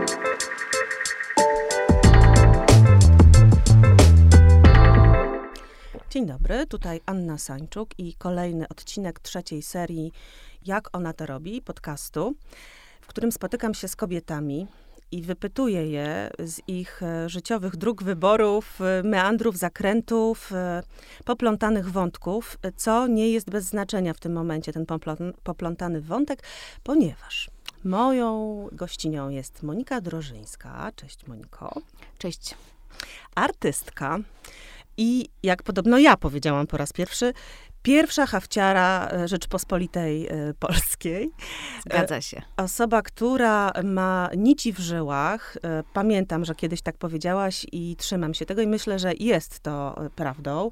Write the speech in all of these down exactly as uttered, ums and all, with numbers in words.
Dzień dobry, tutaj Anna Sańczuk i kolejny odcinek trzeciej serii Jak ona to robi, podcastu, w którym spotykam się z kobietami i wypytuję je z ich życiowych dróg wyborów, meandrów, zakrętów, poplątanych wątków, co nie jest bez znaczenia w tym momencie, ten poplątany wątek, ponieważ moją gościnią jest Monika Drożyńska. Cześć Moniko. Cześć. Artystka. I jak podobno ja powiedziałam po raz pierwszy, pierwsza hafciara Rzeczypospolitej Polskiej. Zgadza się. Osoba, która ma nici w żyłach. Pamiętam, że kiedyś tak powiedziałaś i trzymam się tego i myślę, że jest to prawdą.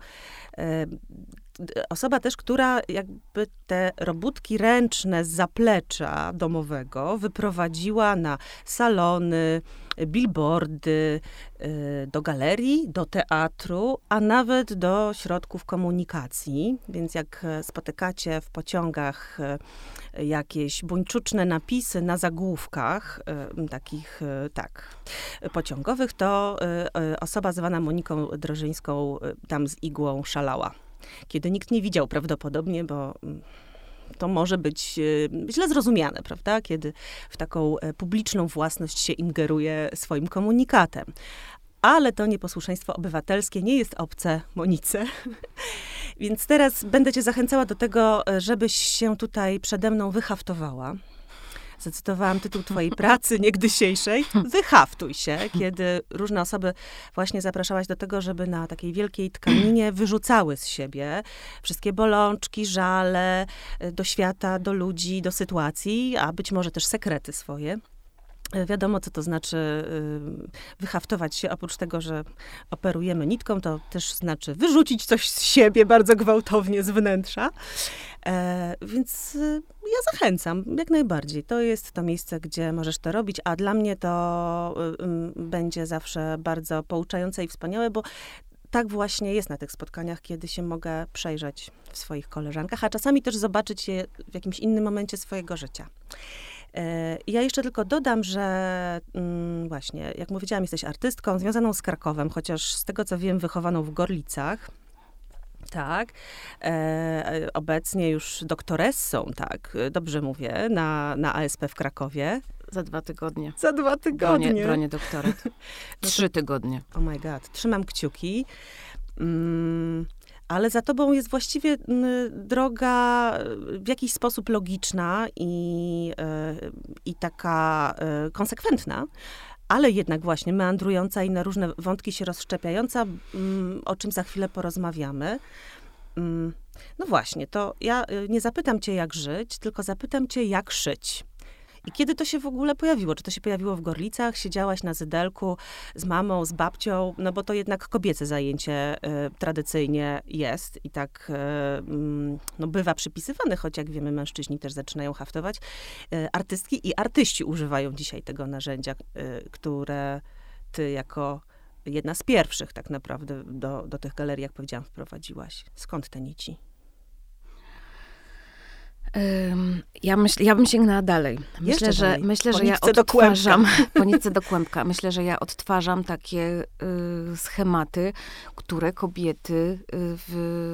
Osoba też, która jakby te robótki ręczne z zaplecza domowego wyprowadziła na salony, billboardy, do galerii, do teatru, a nawet do środków komunikacji. Więc jak spotykacie w pociągach jakieś buńczuczne napisy na zagłówkach, takich, tak, pociągowych, to osoba zwana Moniką Drożyńską tam z igłą szalała. Kiedy nikt nie widział prawdopodobnie, bo to może być źle zrozumiane, prawda? Kiedy w taką publiczną własność się ingeruje swoim komunikatem. Ale to nieposłuszeństwo obywatelskie nie jest obce Monice. Więc teraz będę cię zachęcała do tego, żebyś się tutaj przede mną wyhaftowała. Zacytowałam tytuł twojej pracy niegdysiejszej. Wyhaftuj się, kiedy różne osoby właśnie zapraszałaś do tego, żeby na takiej wielkiej tkaninie wyrzucały z siebie wszystkie bolączki, żale do świata, do ludzi, do sytuacji, a być może też sekrety swoje. Wiadomo, co to znaczy wyhaftować się. Oprócz tego, że operujemy nitką, to też znaczy wyrzucić coś z siebie bardzo gwałtownie z wnętrza. E, więc ja zachęcam, jak najbardziej. To jest to miejsce, gdzie możesz to robić, a dla mnie to y, będzie zawsze bardzo pouczające i wspaniałe, bo tak właśnie jest na tych spotkaniach, kiedy się mogę przejrzeć w swoich koleżankach, a czasami też zobaczyć je w jakimś innym momencie swojego życia. Ja jeszcze tylko dodam, że mm, właśnie, jak powiedziałam, jesteś artystką związaną z Krakowem, chociaż z tego, co wiem, wychowaną w Gorlicach. Tak. E, obecnie już doktoressą, tak, dobrze mówię, na, na A S P w Krakowie. Za dwa tygodnie. Za dwa tygodnie. Bronię, bronię doktorat. Trzy tygodnie. Oh my god. Trzymam kciuki. Mm. Ale za tobą jest właściwie droga w jakiś sposób logiczna i, i taka konsekwentna, ale jednak właśnie meandrująca i na różne wątki się rozszczepiająca, o czym za chwilę porozmawiamy. No właśnie, to ja nie zapytam cię, jak żyć, tylko zapytam cię, jak szyć. I kiedy to się w ogóle pojawiło? Czy to się pojawiło w Gorlicach? Siedziałaś na zydelku z mamą, z babcią? No bo to jednak kobiece zajęcie y, tradycyjnie jest i tak y, no, bywa przypisywane, choć jak wiemy, mężczyźni też zaczynają haftować. Y, artystki i artyści używają dzisiaj tego narzędzia, y, które ty jako jedna z pierwszych tak naprawdę do, do tych galerii, jak powiedziałam, wprowadziłaś. Skąd te nici? Ja, myśl, ja bym sięgnęła dalej. Myślę, że, dalej. myślę, po że ja odtwarzam, po nitce do kłębka. Myślę, że ja odtwarzam takie y, schematy, które kobiety y, w,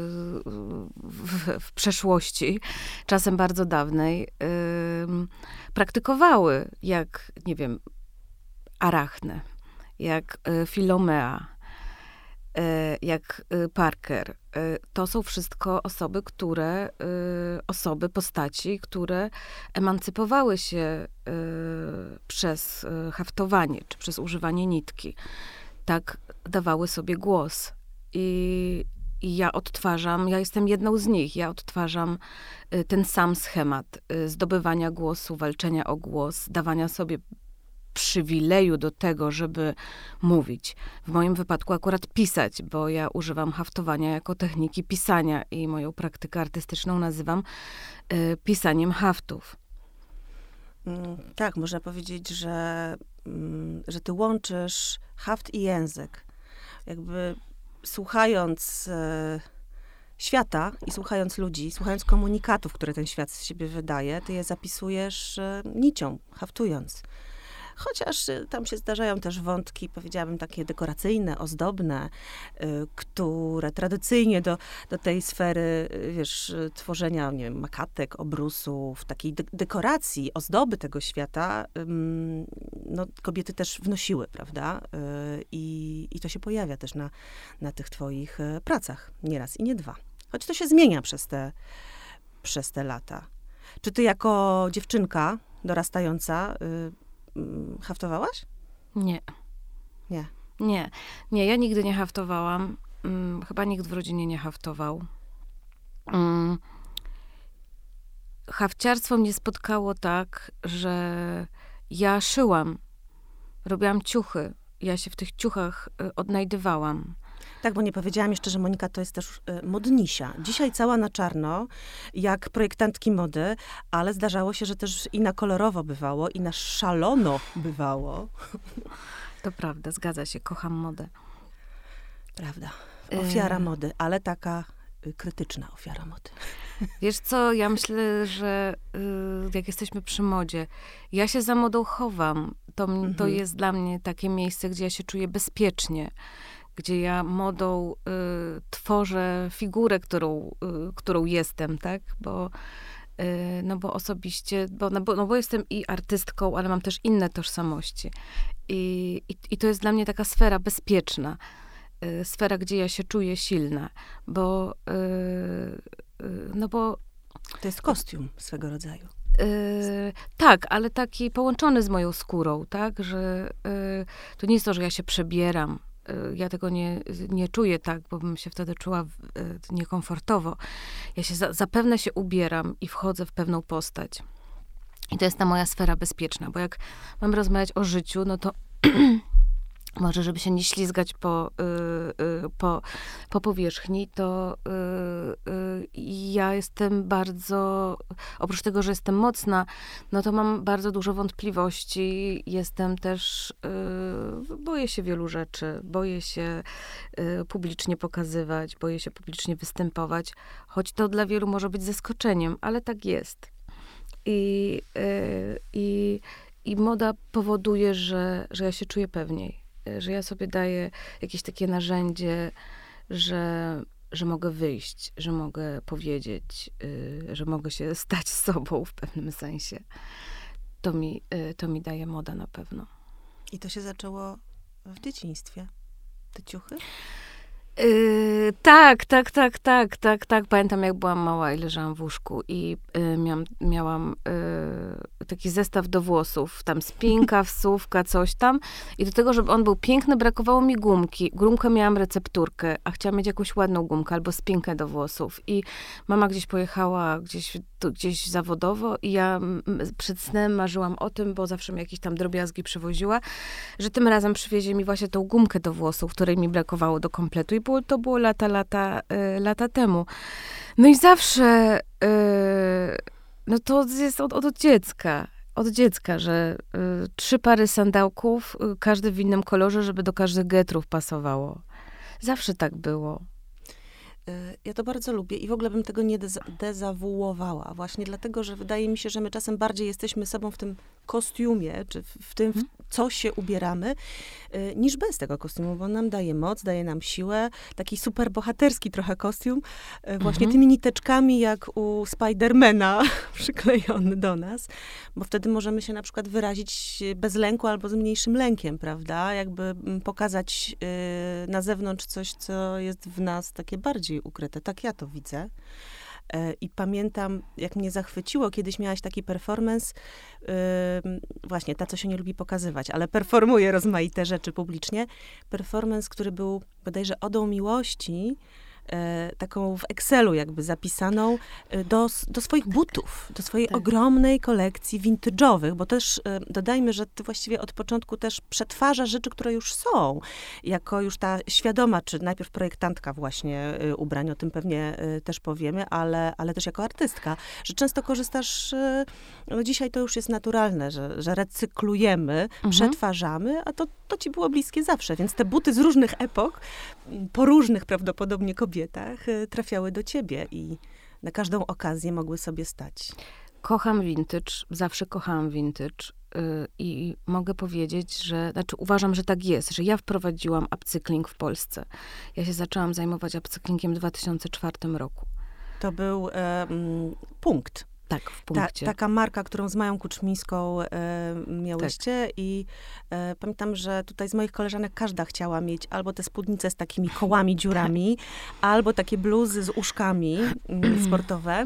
w, w przeszłości, czasem bardzo dawnej, y, praktykowały, jak, nie wiem, Arachne, jak y, Filomea, jak Parker. To są wszystko osoby, które, osoby, postaci, które emancypowały się przez haftowanie, czy przez używanie nitki. Tak dawały sobie głos. I, i ja odtwarzam, ja jestem jedną z nich, ja odtwarzam ten sam schemat zdobywania głosu, walczenia o głos, dawania sobie przywileju do tego, żeby mówić. W moim wypadku akurat pisać, bo ja używam haftowania jako techniki pisania i moją praktykę artystyczną nazywam y, pisaniem haftów. Mm, tak, można powiedzieć, że, mm, że ty łączysz haft i język. Jakby słuchając y, świata i słuchając ludzi, słuchając komunikatów, które ten świat z siebie wydaje, ty je zapisujesz y, nicią, haftując. chociaż tam się zdarzają też wątki, powiedziałabym, takie dekoracyjne, ozdobne, które tradycyjnie do, do tej sfery, wiesz, tworzenia, nie wiem, makatek, obrusów, takiej de- dekoracji, ozdoby tego świata, no, kobiety też wnosiły, prawda? I, i to się pojawia też na, na tych twoich pracach, nie raz i nie dwa. Choć to się zmienia przez te, przez te lata. Czy ty jako dziewczynka dorastająca y, y, haftowałaś? Nie. Nie. Nie. Nie, ja nigdy nie haftowałam. Hmm, chyba nikt w rodzinie nie haftował. Hmm. Hafciarstwo mnie spotkało tak, że ja szyłam. Robiłam ciuchy. Ja się w tych ciuchach y, odnajdywałam. Tak, bo nie powiedziałam jeszcze, że Monika to jest też y, modnisia. Dzisiaj cała na czarno, jak projektantki mody, ale zdarzało się, że też i na kolorowo bywało, i na szalono bywało. To prawda, zgadza się, kocham modę. Prawda. Ofiara y... mody, ale taka y, krytyczna ofiara mody. Wiesz co, ja myślę, że y, jak jesteśmy przy modzie, ja się za modą chowam. To, mhm. to jest dla mnie takie miejsce, gdzie ja się czuję bezpiecznie. Gdzie ja modą y, tworzę figurę, którą, y, którą jestem, tak? Bo, y, no bo osobiście, bo, no, bo, no bo jestem i artystką, ale mam też inne tożsamości. I, i, i to jest dla mnie taka sfera bezpieczna. Y, sfera, gdzie ja się czuję silna. Bo, y, y, no bo... To jest kostium swego rodzaju. Yy, tak, ale taki połączony z moją skórą, tak? Że yy, to nie jest to, że ja się przebieram. Ja tego nie, nie czuję tak, bo bym się wtedy czuła niekomfortowo. Ja się za, zapewne się ubieram i wchodzę w pewną postać. I to jest ta moja sfera bezpieczna, bo jak mam rozmawiać o życiu, no to może, żeby się nie ślizgać po, y, y, po, po powierzchni, to y, y, ja jestem bardzo, oprócz tego, że jestem mocna, no to mam bardzo dużo wątpliwości. Jestem też, y, boję się wielu rzeczy, boję się y, publicznie pokazywać, boję się publicznie występować, choć to dla wielu może być zaskoczeniem, ale tak jest. I, y, i, i moda powoduje, że, że ja się czuję pewniej. Że ja sobie daję jakieś takie narzędzie, że, że mogę wyjść, że mogę powiedzieć, y, że mogę się stać sobą w pewnym sensie. To mi, y, to mi daje moda na pewno. I to się zaczęło w dzieciństwie? Te ciuchy? Yy, tak, tak, tak, tak, tak, tak. Pamiętam, jak byłam mała i leżałam w łóżku i yy, miałam, miałam yy, taki zestaw do włosów. Tam spinka, wsówka, coś tam. I do tego, żeby on był piękny, brakowało mi gumki. Gumkę miałam recepturkę, a chciałam mieć jakąś ładną gumkę albo spinkę do włosów. I mama gdzieś pojechała, gdzieś, tu, gdzieś zawodowo i ja m, przed snem marzyłam o tym, bo zawsze mi jakieś tam drobiazgi przywoziła, że tym razem przywiezie mi właśnie tą gumkę do włosów, której mi brakowało do kompletu. I było, to było lata, lata, y, lata temu. No i zawsze, y, no to jest od, od dziecka, od dziecka, że y, trzy pary sandałków, y, każdy w innym kolorze, żeby do każdych getrów pasowało. Zawsze tak było. Ja to bardzo lubię i w ogóle bym tego nie deza- dezawuowała. Właśnie dlatego, że wydaje mi się, że my czasem bardziej jesteśmy sobą w tym kostiumie, czy w, w tym, w co się ubieramy, y, niż bez tego kostiumu, bo on nam daje moc, daje nam siłę. Taki super bohaterski trochę kostium, y, właśnie mhm. tymi niteczkami, jak u Spidermana przyklejony do nas, bo wtedy możemy się na przykład wyrazić bez lęku albo z mniejszym lękiem, prawda? Jakby pokazać y, na zewnątrz coś, co jest w nas takie bardziej ukryte. Tak ja to widzę. I pamiętam, jak mnie zachwyciło, kiedyś miałaś taki performance, yy, właśnie ta, co się nie lubi pokazywać, ale performuje rozmaite rzeczy publicznie. Performance, który był bodajże odą miłości, e, taką w Excelu jakby zapisaną e, do, do swoich butów, do swojej tak. ogromnej kolekcji vintage'owych, bo też e, dodajmy, że ty właściwie od początku też przetwarzasz rzeczy, które już są, jako już ta świadoma, czy najpierw projektantka właśnie e, ubrań, o tym pewnie e, też powiemy, ale, ale też jako artystka, że często korzystasz, e, no dzisiaj to już jest naturalne, że, że recyklujemy, mhm. przetwarzamy, a to, to ci było bliskie zawsze, więc te buty z różnych epok, po różnych prawdopodobnie kobietach, trafiały do ciebie i na każdą okazję mogły sobie stać. Kocham vintage, zawsze kochałam vintage. i mogę powiedzieć, że, znaczy uważam, że tak jest, że ja wprowadziłam upcykling w Polsce. Ja się zaczęłam zajmować upcyklingiem w dwa tysiące czwartym roku. To był e, m, punkt. Tak, w punkcie. Ta, taka marka, którą z Mają Kuczmińską e, miałyście tak. i e, pamiętam, że tutaj z moich koleżanek każda chciała mieć albo te spódnice z takimi kołami, dziurami, albo takie bluzy z uszkami m, sportowe.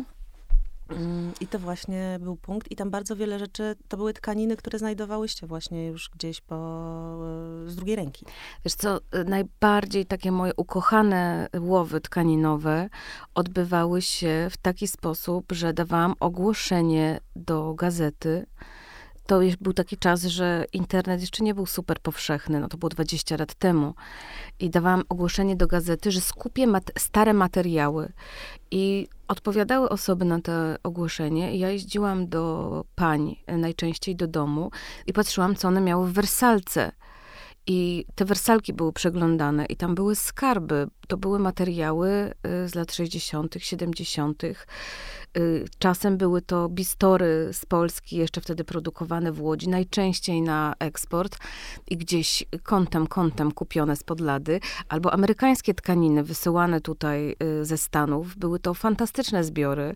I to właśnie był punkt. I tam bardzo wiele rzeczy, to były tkaniny, które znajdowałyście właśnie już gdzieś po, z drugiej ręki. Wiesz co, najbardziej takie moje ukochane łowy tkaninowe odbywały się w taki sposób, że dawałam ogłoszenie do gazety. To był taki czas, że internet jeszcze nie był super powszechny, no to było dwadzieścia lat temu. I dawałam ogłoszenie do gazety, że skupię mat- stare materiały. I odpowiadały osoby na to ogłoszenie. I ja jeździłam do pań, najczęściej do domu i patrzyłam, co one miały w wersalce. I te wersalki były przeglądane i tam były skarby. To były materiały z lat sześćdziesiątych, siedemdziesiątych. Czasem były to bistory z Polski, jeszcze wtedy produkowane w Łodzi, najczęściej na eksport i gdzieś kątem, kątem kupione spod lady, albo amerykańskie tkaniny wysyłane tutaj ze Stanów. Były to fantastyczne zbiory.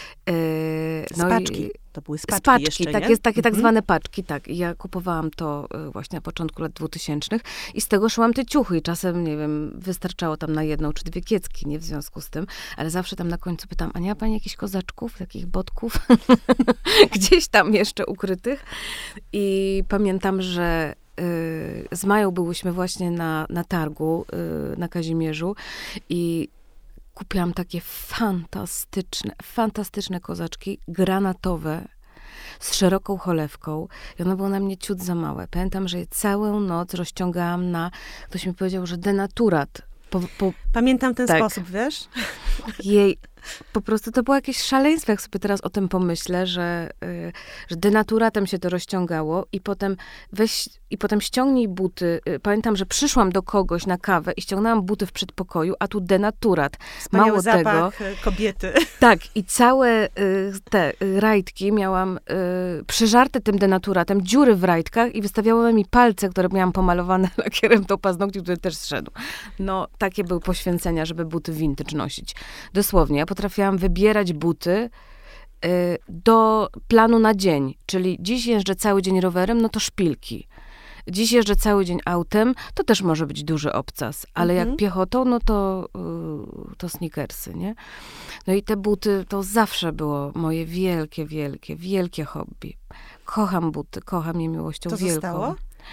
No spaczki. I to były spaczki, spaczki jeszcze, tak, jest, takie mhm. tak zwane paczki, tak. I ja kupowałam to właśnie na początku lat dwutysięcznych i z tego szyłam te ciuchy i czasem, nie wiem, wystarczało tam na jedną czy dwie kiecki, nie w związku z tym, ale zawsze tam na końcu pytam, a nie ma pani jakichś kozaczków, takich botków? Gdzieś tam jeszcze ukrytych. I pamiętam, że y, z Mają byłyśmy właśnie na, na targu y, na Kazimierzu i kupiłam takie fantastyczne, fantastyczne kozaczki granatowe z szeroką cholewką i one były na mnie ciut za małe. Pamiętam, że je całą noc rozciągałam na, ktoś mi powiedział, że denaturat. Po, po, Pamiętam ten tak. sposób, wiesz? Jej, po prostu to było jakieś szaleństwo, jak sobie teraz o tym pomyślę, że, y, że denaturatem się to rozciągało i potem weź, i potem ściągnij buty. Y, pamiętam, że przyszłam do kogoś na kawę i ściągnęłam buty w przedpokoju, a tu denaturat. Wspaniały Mało zapach tego, kobiety. Tak, i całe y, te y, rajtki miałam y, przyżarte tym denaturatem, dziury w rajtkach i wystawiały mi palce, które miałam pomalowane lakierem do paznokci, który też zszedł. No, takie były poświęcenia, żeby buty vintage nosić. Dosłownie, ja potrafiłam wybierać buty y, do planu na dzień, czyli dziś jeżdżę cały dzień rowerem, no to szpilki. Dziś jeżdżę cały dzień autem, to też może być duży obcas, ale mhm. jak piechotą, no to, y, to sneakersy, nie? No i te buty, to zawsze było moje wielkie, wielkie, wielkie hobby. Kocham buty, kocham je miłością to wielką. Zostało?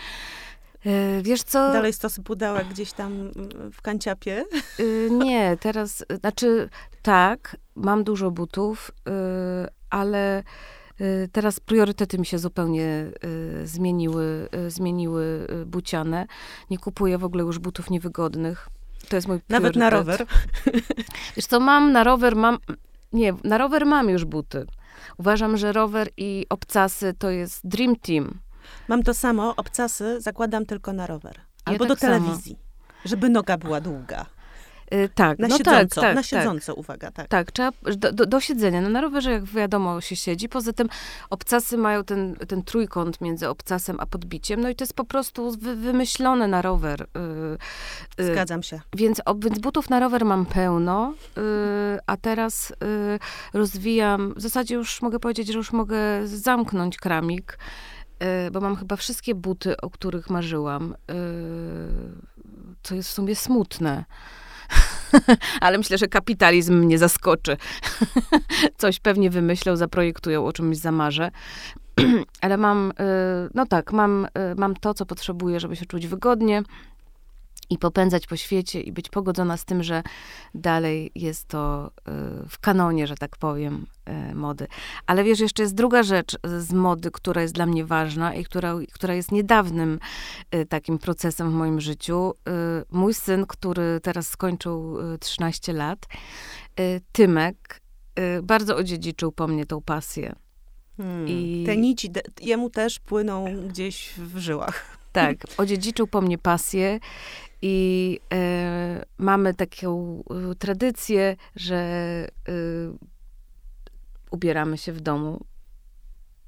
Wiesz co? Dalej stosy pudełek gdzieś tam w kanciapie? Yy, nie, teraz, znaczy tak, mam dużo butów, yy, ale yy, teraz priorytety mi się zupełnie yy, zmieniły, yy, zmieniły yy, buciane. Nie kupuję w ogóle już butów niewygodnych. To jest mój priorytet. Nawet na rower? Wiesz co, mam na rower, mam, nie, na rower mam już buty. Uważam, że rower i obcasy to jest dream team. Mam to samo, obcasy zakładam tylko na rower. Albo ja do tak telewizji, samo. Żeby noga była długa. Yy, tak, na no siedząco, tak, tak, na siedząco, tak. Uwaga, tak. Tak, trzeba do, do, do siedzenia. No na rowerze, jak wiadomo, się siedzi. Poza tym obcasy mają ten, ten trójkąt między obcasem a podbiciem, no i to jest po prostu wy, wymyślone na rower. Yy, yy, Zgadzam się. Więc, o, więc butów na rower mam pełno, yy, a teraz yy, rozwijam, w zasadzie już mogę powiedzieć, że już mogę zamknąć kramik, yy, bo mam chyba wszystkie buty, o których marzyłam, yy, co jest w sumie smutne. Ale myślę, że kapitalizm mnie zaskoczy. Coś pewnie wymyślą, zaprojektują, o czymś zamarzę. Ale mam, no tak, mam, mam to, co potrzebuję, żeby się czuć wygodnie i popędzać po świecie i być pogodzona z tym, że dalej jest to w kanonie, że tak powiem, mody. Ale wiesz, jeszcze jest druga rzecz z mody, która jest dla mnie ważna i która, która jest niedawnym takim procesem w moim życiu. Mój syn, który teraz skończył trzynaście lat, Tymek, bardzo odziedziczył po mnie tą pasję. Hmm, I te nici de, jemu też płyną gdzieś w żyłach. Tak, odziedziczył po mnie pasję i e, mamy taką e, tradycję, że e, ubieramy się w domu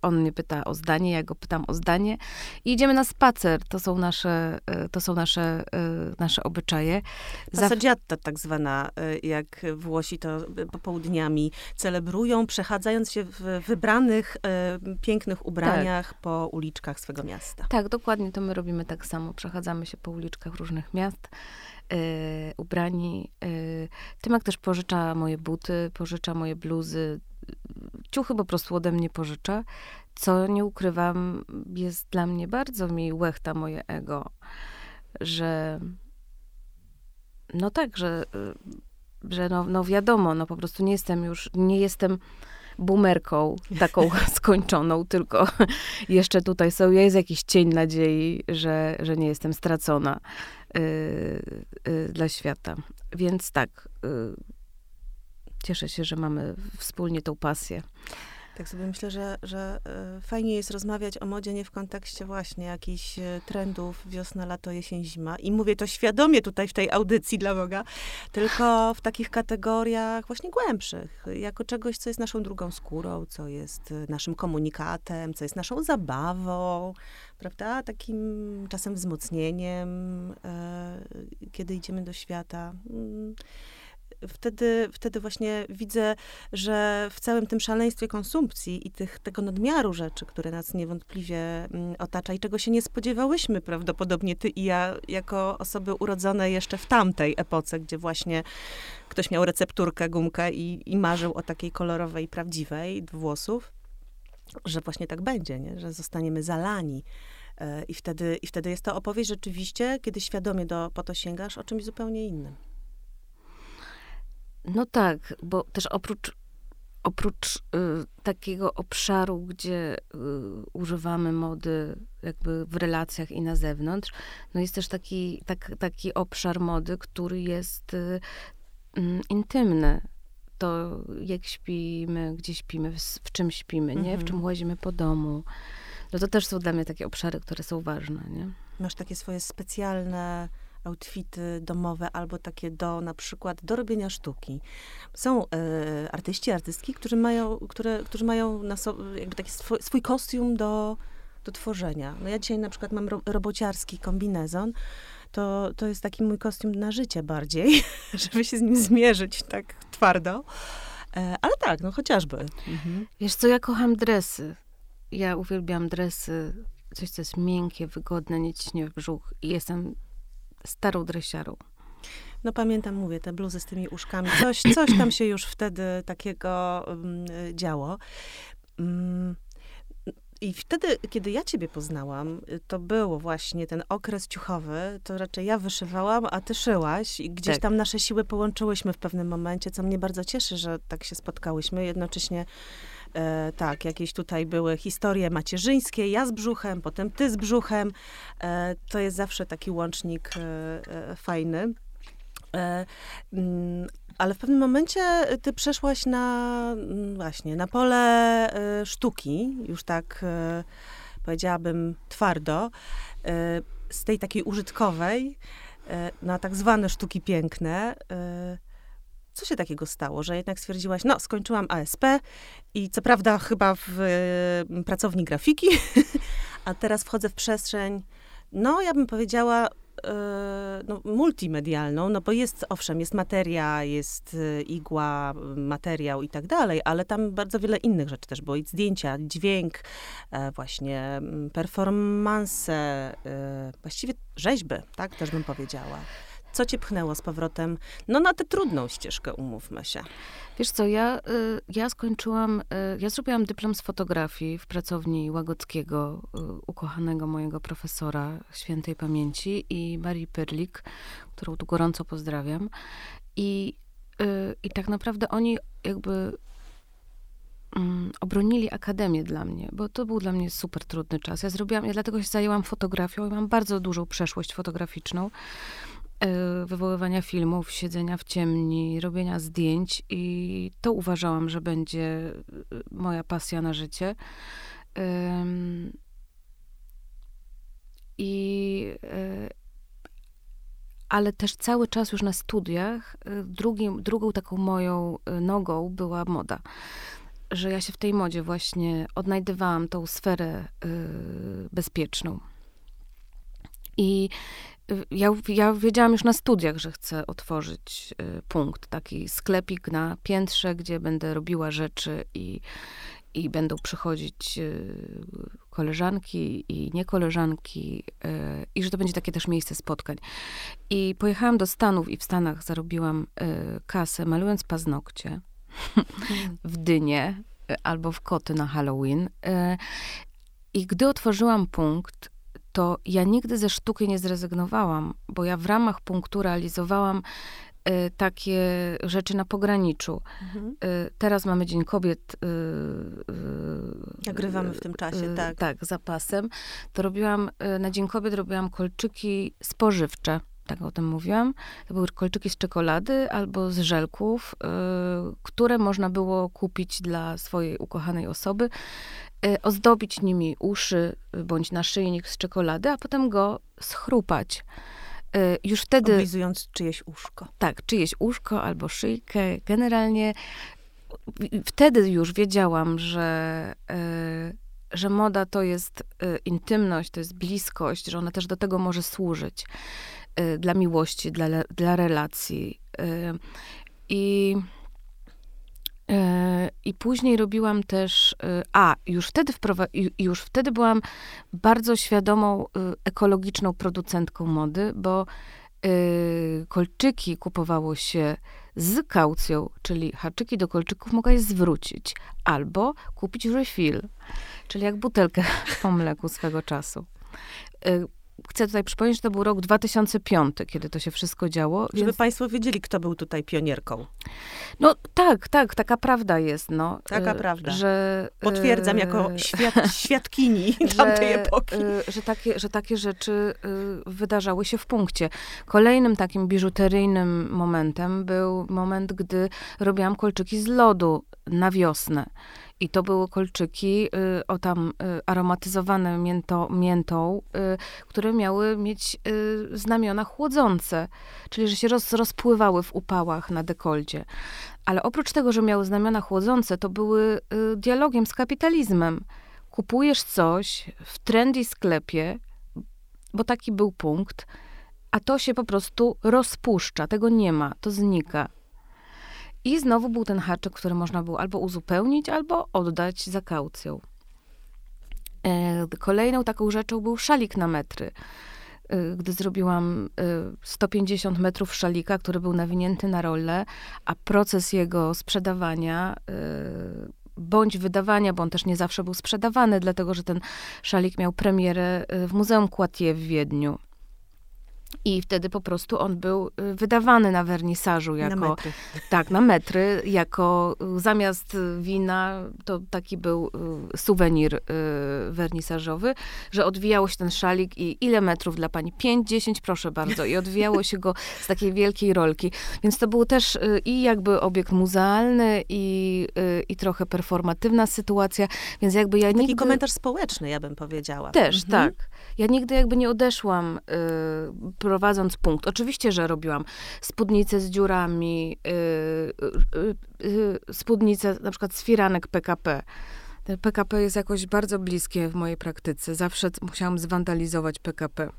on mnie pyta o zdanie, ja go pytam o zdanie i idziemy na spacer. To są nasze, to są nasze, nasze obyczaje. Passeggiata tak zwana, jak Włosi to popołudniami celebrują, przechadzając się w wybranych, pięknych ubraniach tak. po uliczkach swego miasta. Tak, dokładnie to my robimy tak samo. Przechadzamy się po uliczkach różnych miast. Yy, ubrani. Yy, Tymek też pożycza moje buty, pożycza moje bluzy. Ciuchy po prostu ode mnie pożycza, co nie ukrywam, jest dla mnie bardzo mi łechta moje ego, że no tak, że, że no, no wiadomo, no po prostu nie jestem już, nie jestem boomerką taką skończoną, tylko jeszcze tutaj są, jest jakiś cień nadziei, że, że nie jestem stracona yy, yy, dla świata. Więc tak, yy, cieszę się, że mamy wspólnie tą pasję. Tak sobie myślę, że, że fajnie jest rozmawiać o modzie nie w kontekście właśnie jakichś trendów wiosna, lato, jesień, zima. I mówię to świadomie tutaj w tej audycji dla Boga, tylko w takich kategoriach właśnie głębszych. Jako czegoś, co jest naszą drugą skórą, co jest naszym komunikatem, co jest naszą zabawą, prawda? Takim czasem wzmocnieniem, kiedy idziemy do świata. Wtedy, wtedy właśnie widzę, że w całym tym szaleństwie konsumpcji i tych, tego nadmiaru rzeczy, które nas niewątpliwie otacza i czego się nie spodziewałyśmy prawdopodobnie ty i ja, jako osoby urodzone jeszcze w tamtej epoce, gdzie właśnie ktoś miał recepturkę, gumkę i, i marzył o takiej kolorowej, prawdziwej włosów, że właśnie tak będzie, nie? Że zostaniemy zalani. I wtedy, I wtedy jest to opowieść rzeczywiście, kiedy świadomie do, po to sięgasz, o czymś zupełnie innym. No tak, bo też oprócz, oprócz y, takiego obszaru, gdzie y, używamy mody jakby w relacjach i na zewnątrz, no jest też taki, tak, taki obszar mody, który jest y, y, intymny. To jak śpimy, gdzie śpimy, w, w czym śpimy, nie? W czym łazimy po domu. No to też są dla mnie takie obszary, które są ważne, nie? Masz takie swoje specjalne outfity domowe, albo takie do, na przykład, do robienia sztuki. Są e, artyści, artystki, którzy mają, które, którzy mają na sobie jakby taki swój, swój kostium do, do tworzenia. No ja dzisiaj na przykład mam ro, robociarski kombinezon. To, to jest taki mój kostium na życie bardziej, żeby się z nim zmierzyć tak twardo. E, ale tak, no chociażby. Mhm. Wiesz co, ja kocham dresy. Ja uwielbiam dresy. Coś, co jest miękkie, wygodne, nie ciśnie w brzuch. I jestem starą dresiarą. No pamiętam, mówię, te bluzy z tymi uszkami. Coś, coś tam się już wtedy takiego um, działo. Um, I wtedy, kiedy ja ciebie poznałam, to było właśnie ten okres ciuchowy, to raczej ja wyszywałam, a ty szyłaś. I gdzieś tak. tam nasze siły połączyłyśmy w pewnym momencie, co mnie bardzo cieszy, że tak się spotkałyśmy. Jednocześnie E, tak, jakieś tutaj były historie macierzyńskie, ja z brzuchem, potem ty z brzuchem. E, to jest zawsze taki łącznik e, e, fajny. E, mm, ale w pewnym momencie ty przeszłaś na właśnie, na pole e, sztuki, już tak e, powiedziałabym twardo, e, z tej takiej użytkowej e, na tak zwane sztuki piękne. E, Co się takiego stało, że jednak stwierdziłaś, no skończyłam A S P i co prawda chyba w y, pracowni grafiki, a teraz wchodzę w przestrzeń, no ja bym powiedziała, y, no, multimedialną, no bo jest, owszem, jest materia, jest y, igła, materiał i tak dalej, ale tam bardzo wiele innych rzeczy też było, i zdjęcia, dźwięk, y, właśnie performanse, y, właściwie rzeźby, tak też bym powiedziała. Co cię pchnęło z powrotem, no na tę trudną ścieżkę, umówmy się? Wiesz co, ja, y, ja skończyłam, y, ja zrobiłam dyplom z fotografii w pracowni Łagodzkiego, y, ukochanego mojego profesora świętej pamięci i Marii Pyrlik, którą tu gorąco pozdrawiam. I, y, i tak naprawdę oni jakby um, obronili akademię dla mnie, bo to był dla mnie super trudny czas. Ja zrobiłam, ja dlatego się zajęłam fotografią i mam bardzo dużą przeszłość fotograficzną. Wywoływania filmów, siedzenia w ciemni, robienia zdjęć i to uważałam, że będzie moja pasja na życie. I ale też cały czas już na studiach drugim, drugą taką moją nogą była moda. że ja się w tej modzie właśnie odnajdywałam tą sferę y, bezpieczną. I y, ja, ja wiedziałam już na studiach, że chcę otworzyć y, punkt, taki sklepik na piętrze, gdzie będę robiła rzeczy i, i będą przychodzić y, koleżanki i niekoleżanki y, i że to będzie takie też miejsce spotkań. I pojechałam do Stanów i w Stanach zarobiłam y, kasę malując paznokcie w dynie albo w koty na Halloween. I gdy otworzyłam punkt, to ja nigdy ze sztuki nie zrezygnowałam, bo ja w ramach punktu realizowałam takie rzeczy na pograniczu. Mhm. Teraz mamy Dzień Kobiet. Nagrywamy w tym czasie, tak. Tak, zapasem. To robiłam, na Dzień Kobiet robiłam kolczyki spożywcze. Tak o tym mówiłam. To były kolczyki z czekolady albo z żelków, y, które można było kupić dla swojej ukochanej osoby, y, ozdobić nimi uszy bądź naszyjnik z czekolady, a potem go schrupać. Y, już wtedy... Oblizując czyjeś uszko. Tak, czyjeś uszko albo szyjkę. Generalnie wtedy już wiedziałam, że... Y, że moda to jest y, intymność, to jest bliskość, że ona też do tego może służyć. Dla miłości, dla, dla relacji. I, i później robiłam też, a już wtedy, wprowa- już wtedy byłam bardzo świadomą, ekologiczną producentką mody, bo kolczyki kupowało się z kaucją, czyli haczyki do kolczyków mogłaś zwrócić, albo kupić refill, czyli jak butelkę po mleku swego czasu. Chcę tutaj przypomnieć, że to był rok dwa tysiące piąty, kiedy to się wszystko działo. Żeby więc... państwo wiedzieli, kto był tutaj pionierką. No tak, tak, taka prawda jest, no. Taka prawda. Że, Potwierdzam jako świad, świadkini tamtej że, epoki. Że takie, że takie rzeczy wydarzały się w punkcie. Kolejnym takim biżuteryjnym momentem był moment, gdy robiłam kolczyki z lodu na wiosnę. I to były kolczyki y, o tam y, aromatyzowane mięto, miętą, y, które miały mieć y, znamiona chłodzące, czyli że się roz, rozpływały w upałach na dekolcie. Ale oprócz tego, że miały znamiona chłodzące, to były y, dialogiem z kapitalizmem. Kupujesz coś w trendy sklepie, bo taki był punkt, a to się po prostu rozpuszcza, tego nie ma, to znika. I znowu był ten haczyk, który można było albo uzupełnić, albo oddać za kaucją. E, kolejną taką rzeczą był szalik na metry. E, gdy zrobiłam e, sto pięćdziesiąt metrów szalika, który był nawinięty na rolę, a proces jego sprzedawania e, bądź wydawania, bo on też nie zawsze był sprzedawany, dlatego że ten szalik miał premierę w Muzeum Quartier w Wiedniu. I wtedy po prostu on był wydawany na wernisażu jako... Na metry. Tak, na metry, jako zamiast wina, to taki był suwenir wernisażowy, że odwijało się ten szalik i ile metrów dla pani? Pięć, dziesięć, proszę bardzo. I odwijało się go z takiej wielkiej rolki. Więc to był też i jakby obiekt muzealny i, i trochę performatywna sytuacja, więc jakby ja Taki nigdy... komentarz społeczny, ja bym powiedziała. Też, mhm. tak. Ja nigdy jakby nie odeszłam y, prowadząc punkt. Oczywiście, że robiłam spódnice z dziurami, y, y, y, spódnice na przykład z firanek P K P. Te P K P jest jakoś bardzo bliskie w mojej praktyce. Zawsze musiałam zwandalizować P K P.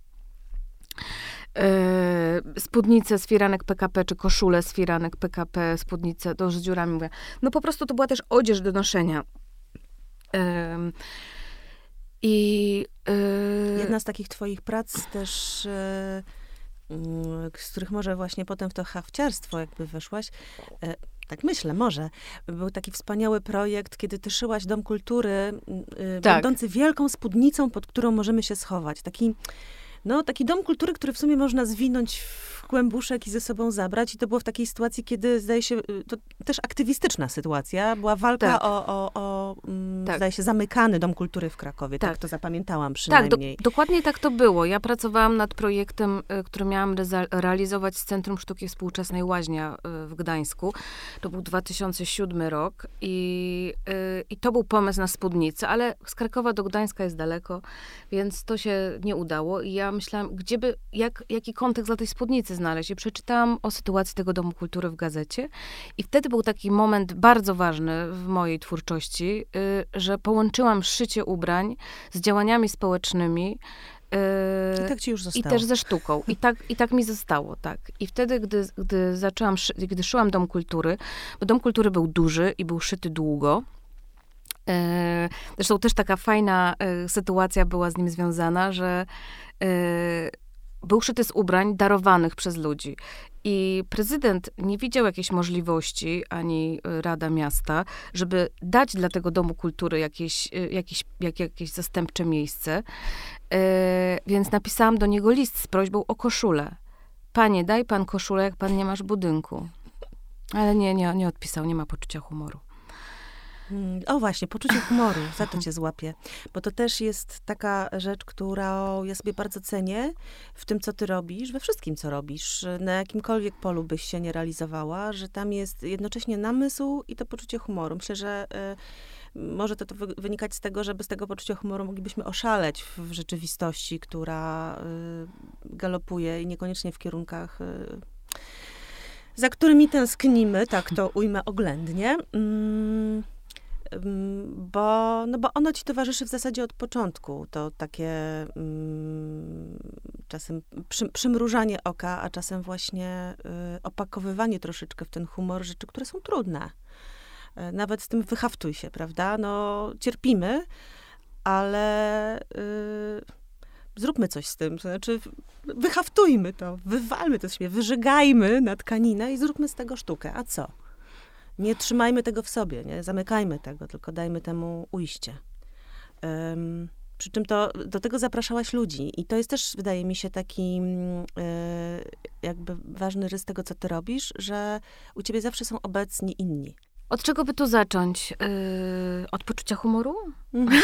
Yy, spódnice z firanek P K P, czy koszule z firanek P K P, spódnice to z dziurami. Mówię. No po prostu to była też odzież do noszenia. Yy, I yy... Jedna z takich twoich prac też, yy, yy, z których może właśnie potem w to hafciarstwo jakby weszłaś, yy, tak myślę, może. Był taki wspaniały projekt, kiedy ty szyłaś Dom Kultury, yy, tak. będący wielką spódnicą, pod którą możemy się schować. Taki, no, taki Dom Kultury, który w sumie można zwinąć w kłębuszek i ze sobą zabrać. I to było w takiej sytuacji, kiedy, zdaje się, to też aktywistyczna sytuacja. Była walka tak. o, o, o mm, tak. zdaje się, zamykany Dom Kultury w Krakowie. Tak, tak to zapamiętałam przynajmniej. Tak, do, dokładnie tak to było. Ja pracowałam nad projektem, y, który miałam reza- realizować z Centrum Sztuki Współczesnej Łaźnia y, w Gdańsku. To był dwa tysiące siódmy rok i, y, i to był pomysł na spódnicę, ale z Krakowa do Gdańska jest daleko, więc to się nie udało. I ja myślałam, gdzie by, jak, jaki kontekst dla tej spódnicy miejsce znaleźć. I przeczytałam o sytuacji tego Domu Kultury w gazecie. I wtedy był taki moment bardzo ważny w mojej twórczości, że połączyłam szycie ubrań z działaniami społecznymi. I tak ci już zostało. I też ze sztuką. I tak, i tak mi zostało, tak. I wtedy, gdy, gdy zaczęłam, gdy szyłam Dom Kultury, bo Dom Kultury był duży i był szyty długo. Zresztą też taka fajna sytuacja była z nim związana, że był szyty z ubrań darowanych przez ludzi. I prezydent nie widział jakiejś możliwości, ani Rada Miasta, żeby dać dla tego Domu Kultury jakieś, jakieś, jak, jakieś zastępcze miejsce. Yy, więc napisałam do niego list z prośbą o koszulę. Panie, daj pan koszulę, jak pan nie masz budynku. Ale nie, nie, nie odpisał, nie ma poczucia humoru. O właśnie, poczucie humoru, za to cię złapię. Bo to też jest taka rzecz, którą ja sobie bardzo cenię w tym, co ty robisz, we wszystkim, co robisz. Na jakimkolwiek polu byś się nie realizowała, że tam jest jednocześnie namysł i to poczucie humoru. Myślę, że y, może to, to wynikać z tego, że bez tego poczucia humoru moglibyśmy oszaleć w, w rzeczywistości, która y, galopuje i niekoniecznie w kierunkach, y, za którymi tęsknimy, tak to ujmę oględnie. Mm. Bo, no bo ono ci towarzyszy w zasadzie od początku. To takie mm, czasem przy, przymrużanie oka, a czasem właśnie y, opakowywanie troszeczkę w ten humor rzeczy, które są trudne. Y, nawet z tym wyhaftuj się, prawda? No, cierpimy, ale y, zróbmy coś z tym. To znaczy, wyhaftujmy to, wywalmy to z siebie, wyżegajmy na tkaninę i zróbmy z tego sztukę. A co? Nie trzymajmy tego w sobie, nie zamykajmy tego, tylko dajmy temu ujście. Um, przy czym to, do tego zapraszałaś ludzi i to jest też, wydaje mi się, taki y, jakby ważny rys tego, co ty robisz, że u ciebie zawsze są obecni inni. Od czego by tu zacząć? Yy, od poczucia humoru? Mhm.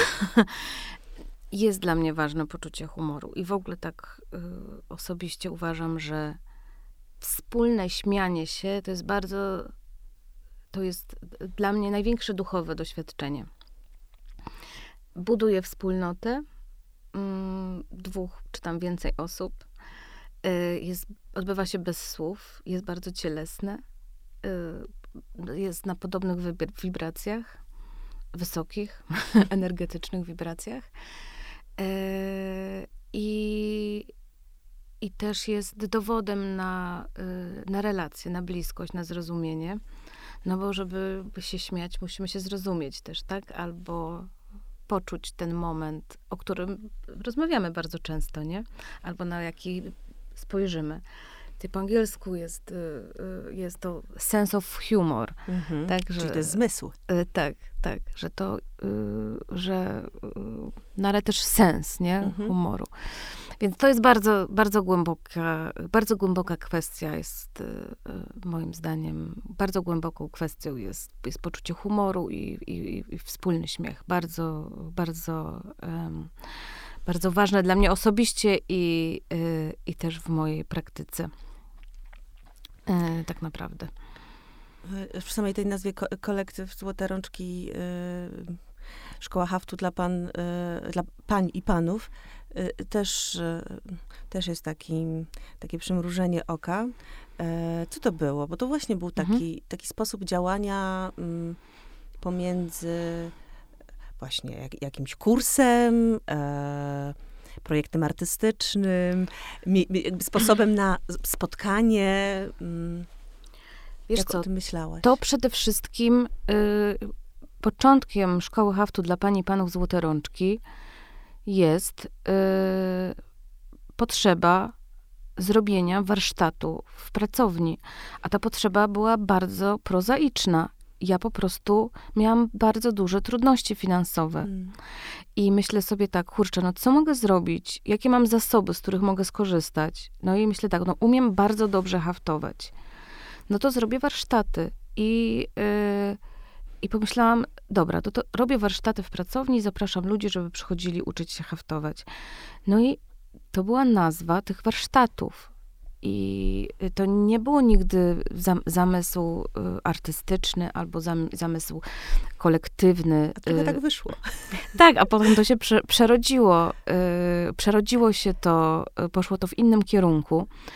Jest dla mnie ważne poczucie humoru i w ogóle tak y, osobiście uważam, że wspólne śmianie się to jest bardzo... To jest dla mnie największe duchowe doświadczenie. Buduje wspólnotę mm, dwóch czy tam więcej osób. Y, jest, odbywa się bez słów, jest bardzo cielesne. Y, jest na podobnych wibr- wibracjach, wysokich, energetycznych wibracjach. Y, i, I też jest dowodem na, y, na relację, na bliskość, na zrozumienie. No bo żeby się śmiać, musimy się zrozumieć też, tak? Albo poczuć ten moment, o którym rozmawiamy bardzo często, nie? Albo na jaki spojrzymy. Ty po angielsku jest, jest to sense of humor. Mhm. Tak, że, czyli to jest zmysł. Tak, tak, że to, że no ale też sens, nie? Mhm. Humoru. Więc to jest bardzo, bardzo głęboka, bardzo głęboka kwestia jest, moim zdaniem, bardzo głęboką kwestią jest, jest poczucie humoru i, i, i wspólny śmiech. Bardzo, bardzo, um, bardzo ważne dla mnie osobiście i, y, i też w mojej praktyce. Y, tak naprawdę. W samej tej nazwie ko- kolektyw Złote Rączki, y, Szkoła Haftu dla, pan, y, dla pań i panów, y, też, y, też jest taki, takie przymrużenie oka. Y, co to było? Bo to właśnie był taki, mhm. taki sposób działania y, pomiędzy właśnie jak, jakimś kursem, y, projektem artystycznym, mi, jakby sposobem na spotkanie. Y, Wiesz jak co, o tym myślałaś? To przede wszystkim y, początkiem Szkoły Haftu dla pań i panów Złote Rączki jest y, potrzeba zrobienia warsztatu w pracowni. A ta potrzeba była bardzo prozaiczna. Ja po prostu miałam bardzo duże trudności finansowe. Hmm. I myślę sobie tak, kurczę, no co mogę zrobić? Jakie mam zasoby, z których mogę skorzystać? No i myślę tak, no umiem bardzo dobrze haftować. No to zrobię warsztaty. I, yy, i pomyślałam, dobra, to, to robię warsztaty w pracowni i zapraszam ludzi, żeby przychodzili uczyć się haftować. No i to była nazwa tych warsztatów. I to nie było nigdy zam, zamysł y, artystyczny albo zam, zamysł kolektywny. A trochę y, tak wyszło. Tak, a potem to się prze, przerodziło. Y, przerodziło się to, y, poszło to w innym kierunku.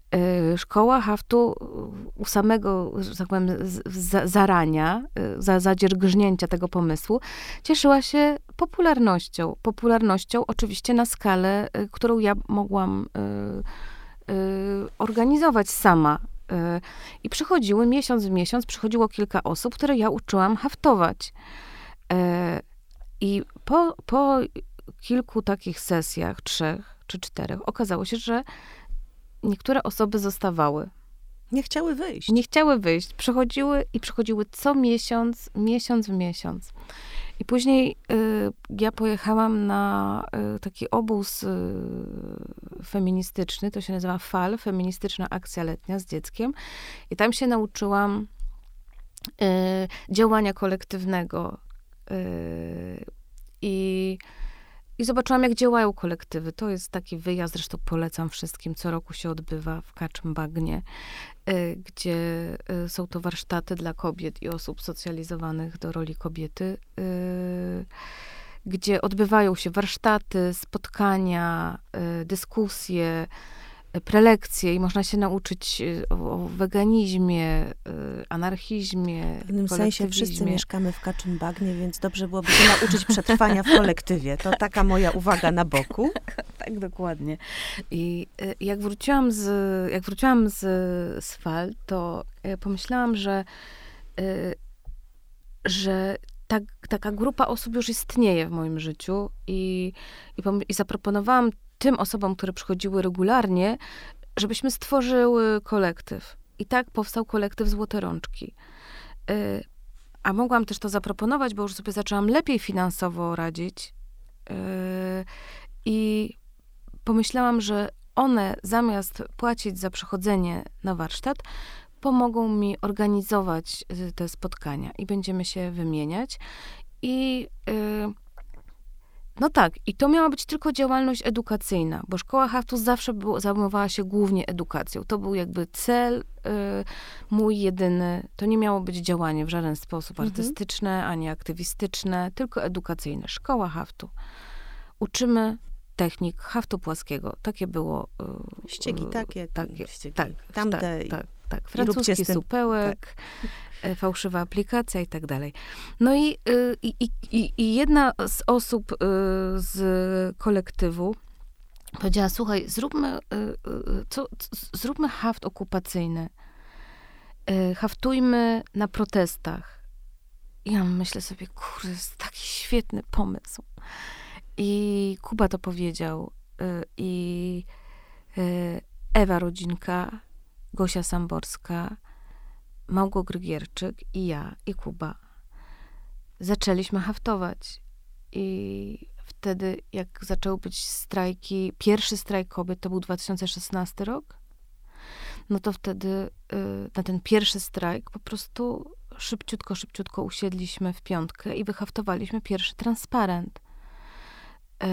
Szkoła haftu u samego, że tak powiem, z, zarania, za, zadziergrznięcia tego pomysłu, cieszyła się popularnością. Popularnością oczywiście na skalę, którą ja mogłam y, y, organizować sama. Y, I przychodziły miesiąc w miesiąc, przychodziło kilka osób, które ja uczyłam haftować. Y, I po, po kilku takich sesjach, trzech czy czterech, okazało się, że niektóre osoby zostawały. Nie chciały wyjść. Nie chciały wyjść. Przychodziły i przychodziły co miesiąc, miesiąc w miesiąc. I później y, ja pojechałam na y, taki obóz y, feministyczny, to się nazywa F A L, Feministyczna Akcja Letnia z dzieckiem. I tam się nauczyłam y, działania kolektywnego. Y, I I zobaczyłam, jak działają kolektywy. To jest taki wyjazd, zresztą polecam wszystkim, co roku się odbywa w Kaczym Bagnie, y, gdzie y, są to warsztaty dla kobiet i osób socjalizowanych do roli kobiety, y, gdzie odbywają się warsztaty, spotkania, y, dyskusje, prelekcje i można się nauczyć o, o weganizmie, anarchizmie, w pewnym sensie wszyscy mieszkamy w Kaczym Bagnie, więc dobrze byłoby się nauczyć przetrwania w kolektywie. To taka moja uwaga na boku. Tak, dokładnie. I jak wróciłam z, jak wróciłam z, z F A L, to pomyślałam, że, że tak, taka grupa osób już istnieje w moim życiu i, i, pom- i zaproponowałam tym osobom, które przychodziły regularnie, żebyśmy stworzyły kolektyw. I tak powstał kolektyw Złote Rączki. Yy, a mogłam też to zaproponować, bo już sobie zaczęłam lepiej finansowo radzić. Yy, I pomyślałam, że one zamiast płacić za przychodzenie na warsztat, pomogą mi organizować te spotkania i będziemy się wymieniać. I yy, no tak, i to miała być tylko działalność edukacyjna, bo szkoła haftu zawsze było, zajmowała się głównie edukacją. To był jakby cel y, mój jedyny. To nie miało być działanie w żaden sposób Mhm. artystyczne, ani aktywistyczne, tylko edukacyjne. Szkoła haftu. Uczymy technik haftu płaskiego. Takie było. Y, Ściegi y, takie, takie ściegi tak, tamte. tak, tak, tak. I róbcie Francuski z tym- supełek. tak. Fałszywa aplikacja i tak dalej. No i, y, i, i, i jedna z osób y, z kolektywu powiedziała, słuchaj, zróbmy, y, y, co, c- zróbmy haft okupacyjny. Y, Haftujmy na protestach. I ja myślę sobie, kurde, jest taki świetny pomysł. I Kuba to powiedział. y, I y, Ewa Rodzinka, Gosia Samborska, Małgo Grygierczyk i ja, i Kuba zaczęliśmy haftować. I wtedy, jak zaczęły być strajki, pierwszy strajk kobiet, to był dwa tysiące szesnasty rok, no to wtedy y, na ten pierwszy strajk po prostu szybciutko, szybciutko usiedliśmy w piątkę i wyhaftowaliśmy pierwszy transparent. Y,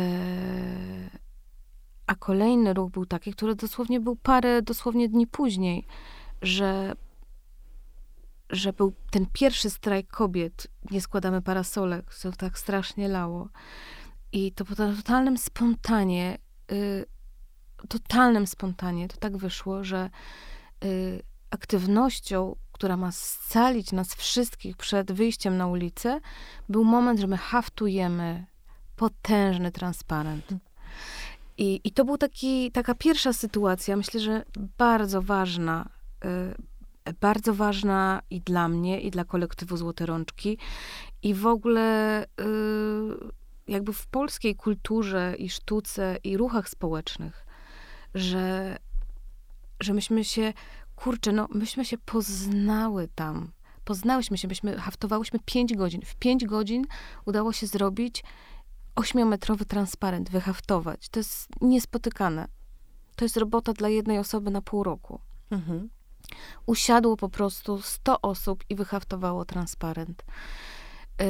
a kolejny ruch był taki, który dosłownie był parę, dosłownie dni później, że że był ten pierwszy strajk kobiet, nie składamy parasolek, co tak strasznie lało. I to po totalnym spontanie, y, totalnym spontanie to tak wyszło, że y, aktywnością, która ma scalić nas wszystkich przed wyjściem na ulicę, był moment, że my haftujemy potężny transparent. I, i to był taki, taka pierwsza sytuacja, myślę, że bardzo ważna, y, bardzo ważna i dla mnie, i dla kolektywu Złote Rączki. I w ogóle y, jakby w polskiej kulturze i sztuce i ruchach społecznych, że, że myśmy się, kurczę, no myśmy się poznały tam. Poznałyśmy się, myśmy haftowałyśmy pięć godzin. W pięć godzin udało się zrobić ośmiometrowy transparent, wyhaftować. To jest niespotykane. To jest robota dla jednej osoby na pół roku. Mhm. Usiadło po prostu sto osób i wyhaftowało transparent. Yy...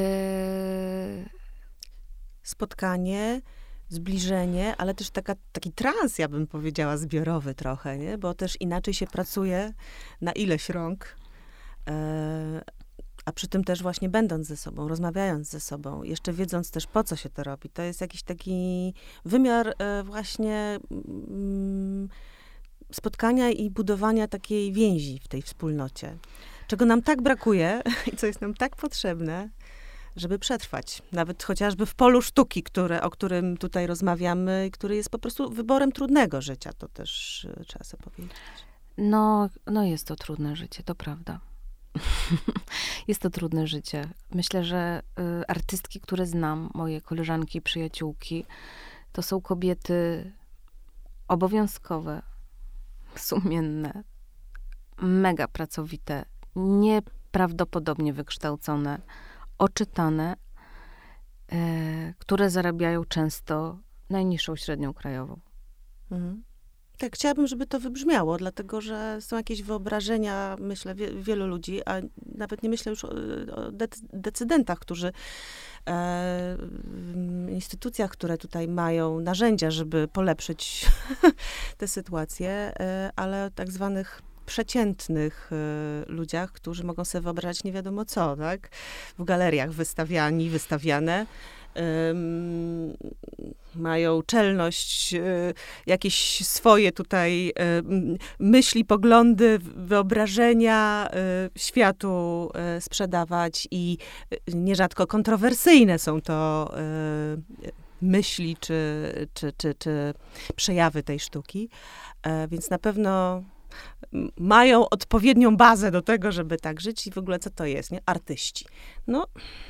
Spotkanie, zbliżenie, ale też taka, taki trans, ja bym powiedziała, zbiorowy trochę, nie? Bo też inaczej się pracuje na ileś rąk, e, a przy tym też właśnie będąc ze sobą, rozmawiając ze sobą, jeszcze wiedząc też, po co się to robi. To jest jakiś taki wymiar e, właśnie mm, spotkania i budowania takiej więzi w tej wspólnocie. Czego nam tak brakuje i co jest nam tak potrzebne, żeby przetrwać. Nawet chociażby w polu sztuki, które, o którym tutaj rozmawiamy, który jest po prostu wyborem trudnego życia. To też y, trzeba sobie powiedzieć. No, no jest to trudne życie, to prawda. Jest to trudne życie. Myślę, że y, artystki, które znam, moje koleżanki, przyjaciółki, to są kobiety obowiązkowe, sumienne, mega pracowite, nieprawdopodobnie wykształcone, oczytane, e, które zarabiają często najniższą średnią krajową. Mhm. Tak, chciałabym, żeby to wybrzmiało, dlatego że są jakieś wyobrażenia, myślę, wie, wielu ludzi, a nawet nie myślę już o, o dec- decydentach, którzy e, w instytucjach, które tutaj mają narzędzia, żeby polepszyć tę sytuację, e, ale o tak zwanych przeciętnych y, ludziach, którzy mogą sobie wyobrażać nie wiadomo co, tak? W galeriach wystawiani, wystawiane. Ym, mają czelność, y, jakieś swoje tutaj y, myśli, poglądy, wyobrażenia y, światu y, sprzedawać i y, nierzadko kontrowersyjne są to y, myśli czy, czy, czy, czy przejawy tej sztuki. Y, więc na pewno mają odpowiednią bazę do tego, żeby tak żyć i w ogóle co to jest, nie? Artyści. No,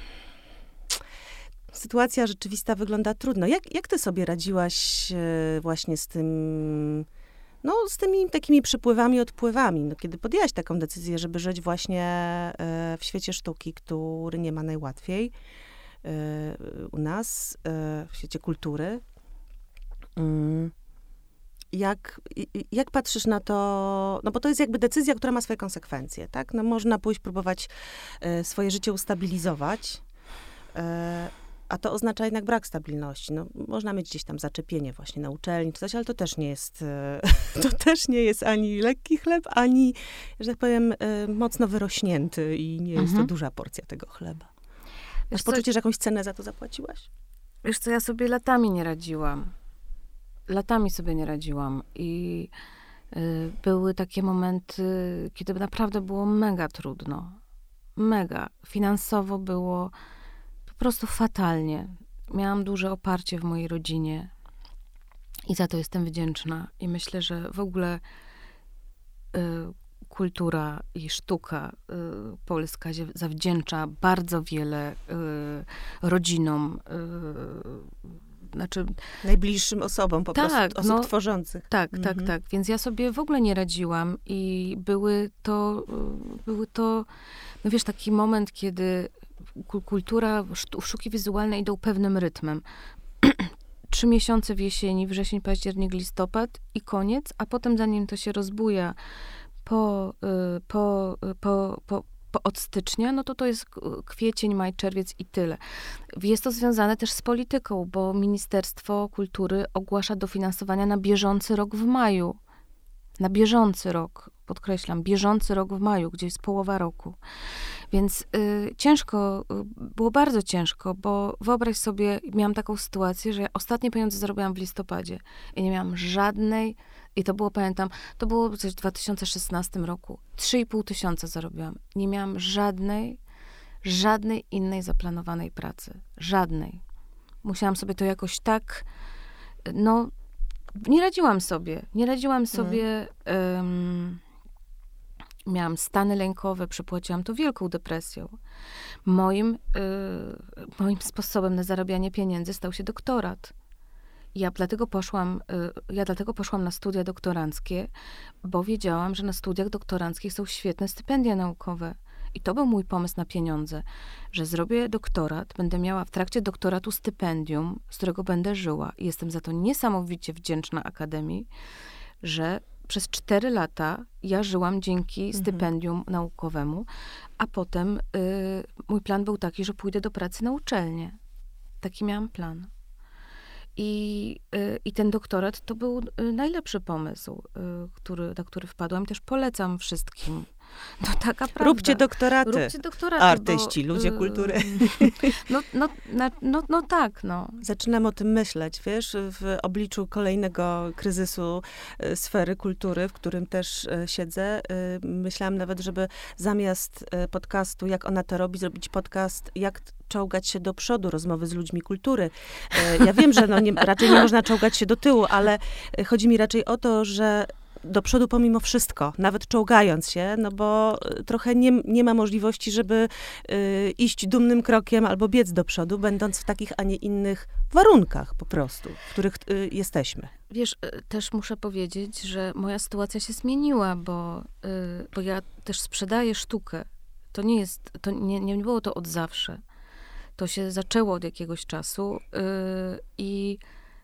sytuacja rzeczywista wygląda trudno. Jak, jak ty sobie radziłaś e, właśnie z tym, no, z tymi takimi przypływami, odpływami, no, kiedy podjęłaś taką decyzję, żeby żyć właśnie e, w świecie sztuki, który nie ma najłatwiej e, u nas, e, w świecie kultury. Mm. Jak, jak patrzysz na to, no bo to jest jakby decyzja, która ma swoje konsekwencje, tak? No można pójść, próbować e, swoje życie ustabilizować, e, a to oznacza jednak brak stabilności. No, można mieć gdzieś tam zaczepienie właśnie na uczelni czy coś, ale to też nie jest, e, to też nie jest ani lekki chleb, ani, że tak powiem, e, mocno wyrośnięty i nie jest Mhm. to duża porcja tego chleba. Masz Wiesz co, poczucie, że jakąś cenę za to zapłaciłaś? wiesz co, ja sobie latami nie radziłam. Latami sobie nie radziłam i y, były takie momenty, kiedy naprawdę było mega trudno. Mega. Finansowo było po prostu fatalnie. Miałam duże oparcie w mojej rodzinie i za to jestem wdzięczna. I myślę, że w ogóle y, kultura i sztuka y, polska zie- zawdzięcza bardzo wiele y, rodzinom, y, znaczy Najbliższym osobom po Tak, prostu, osób no, tworzących. tak, Mhm. tak, tak. Więc ja sobie w ogóle nie radziłam i były to, y, były to, no wiesz, taki moment, kiedy ku- kultura, sztu- sztuki wizualne idą pewnym rytmem. Trzy miesiące w jesieni, wrzesień, październik, listopad i koniec, a potem zanim to się rozbuja po, y, po, y, po, po, po od stycznia, no to to jest k- kwiecień, maj, czerwiec i tyle. Jest to związane też z polityką, bo Ministerstwo Kultury ogłasza dofinansowania na bieżący rok w maju. Na bieżący rok, podkreślam, bieżący rok w maju, gdzie jest połowa roku. Więc y, ciężko, y, było bardzo ciężko, bo wyobraź sobie, miałam taką sytuację, że ja ostatnie pieniądze zarobiłam w listopadzie i nie miałam żadnej, i to było, pamiętam, to było coś w dwa tysiące szesnastym roku, trzy i pół tysiąca zarobiłam. Nie miałam żadnej, żadnej innej zaplanowanej pracy. Żadnej. Musiałam sobie to jakoś tak, no, nie radziłam sobie. Nie radziłam sobie. Um, miałam stany lękowe, przepłaciłam to wielką depresją. Moim, y, moim sposobem na zarabianie pieniędzy stał się doktorat. Ja dlatego poszłam, y, ja dlatego poszłam na studia doktoranckie, bo wiedziałam, że na studiach doktoranckich są świetne stypendia naukowe. I to był mój pomysł na pieniądze, że zrobię doktorat, będę miała w trakcie doktoratu stypendium, z którego będę żyła. I jestem za to niesamowicie wdzięczna Akademii, że przez cztery lata ja żyłam dzięki Mhm. stypendium naukowemu, a potem y, mój plan był taki, że pójdę do pracy na uczelnię. Taki miałam plan. I, y, i ten doktorat to był y, najlepszy pomysł, y, który, na który wpadłam. Też polecam wszystkim. No taka prawda. Róbcie doktoraty. Róbcie doktoraty. Artyści, bo, ludzie kultury. No, no, no, no, no tak, no. Zaczynam o tym myśleć, wiesz, w obliczu kolejnego kryzysu y, sfery kultury, w którym też y, siedzę. Y, myślałam nawet, żeby zamiast y, podcastu, jak ona to robi, zrobić podcast, jak czołgać się do przodu, rozmowy z ludźmi kultury. Y, ja wiem, że no nie, raczej nie można czołgać się do tyłu, ale y, chodzi mi raczej o to, że do przodu pomimo wszystko, nawet czołgając się, no bo trochę nie, nie ma możliwości, żeby y, iść dumnym krokiem albo biec do przodu, będąc w takich, a nie innych warunkach po prostu, w których y, jesteśmy. Wiesz, y, też muszę powiedzieć, że moja sytuacja się zmieniła, bo, y, bo ja też sprzedaję sztukę. To nie jest, to nie, nie było to od zawsze. To się zaczęło od jakiegoś czasu y, i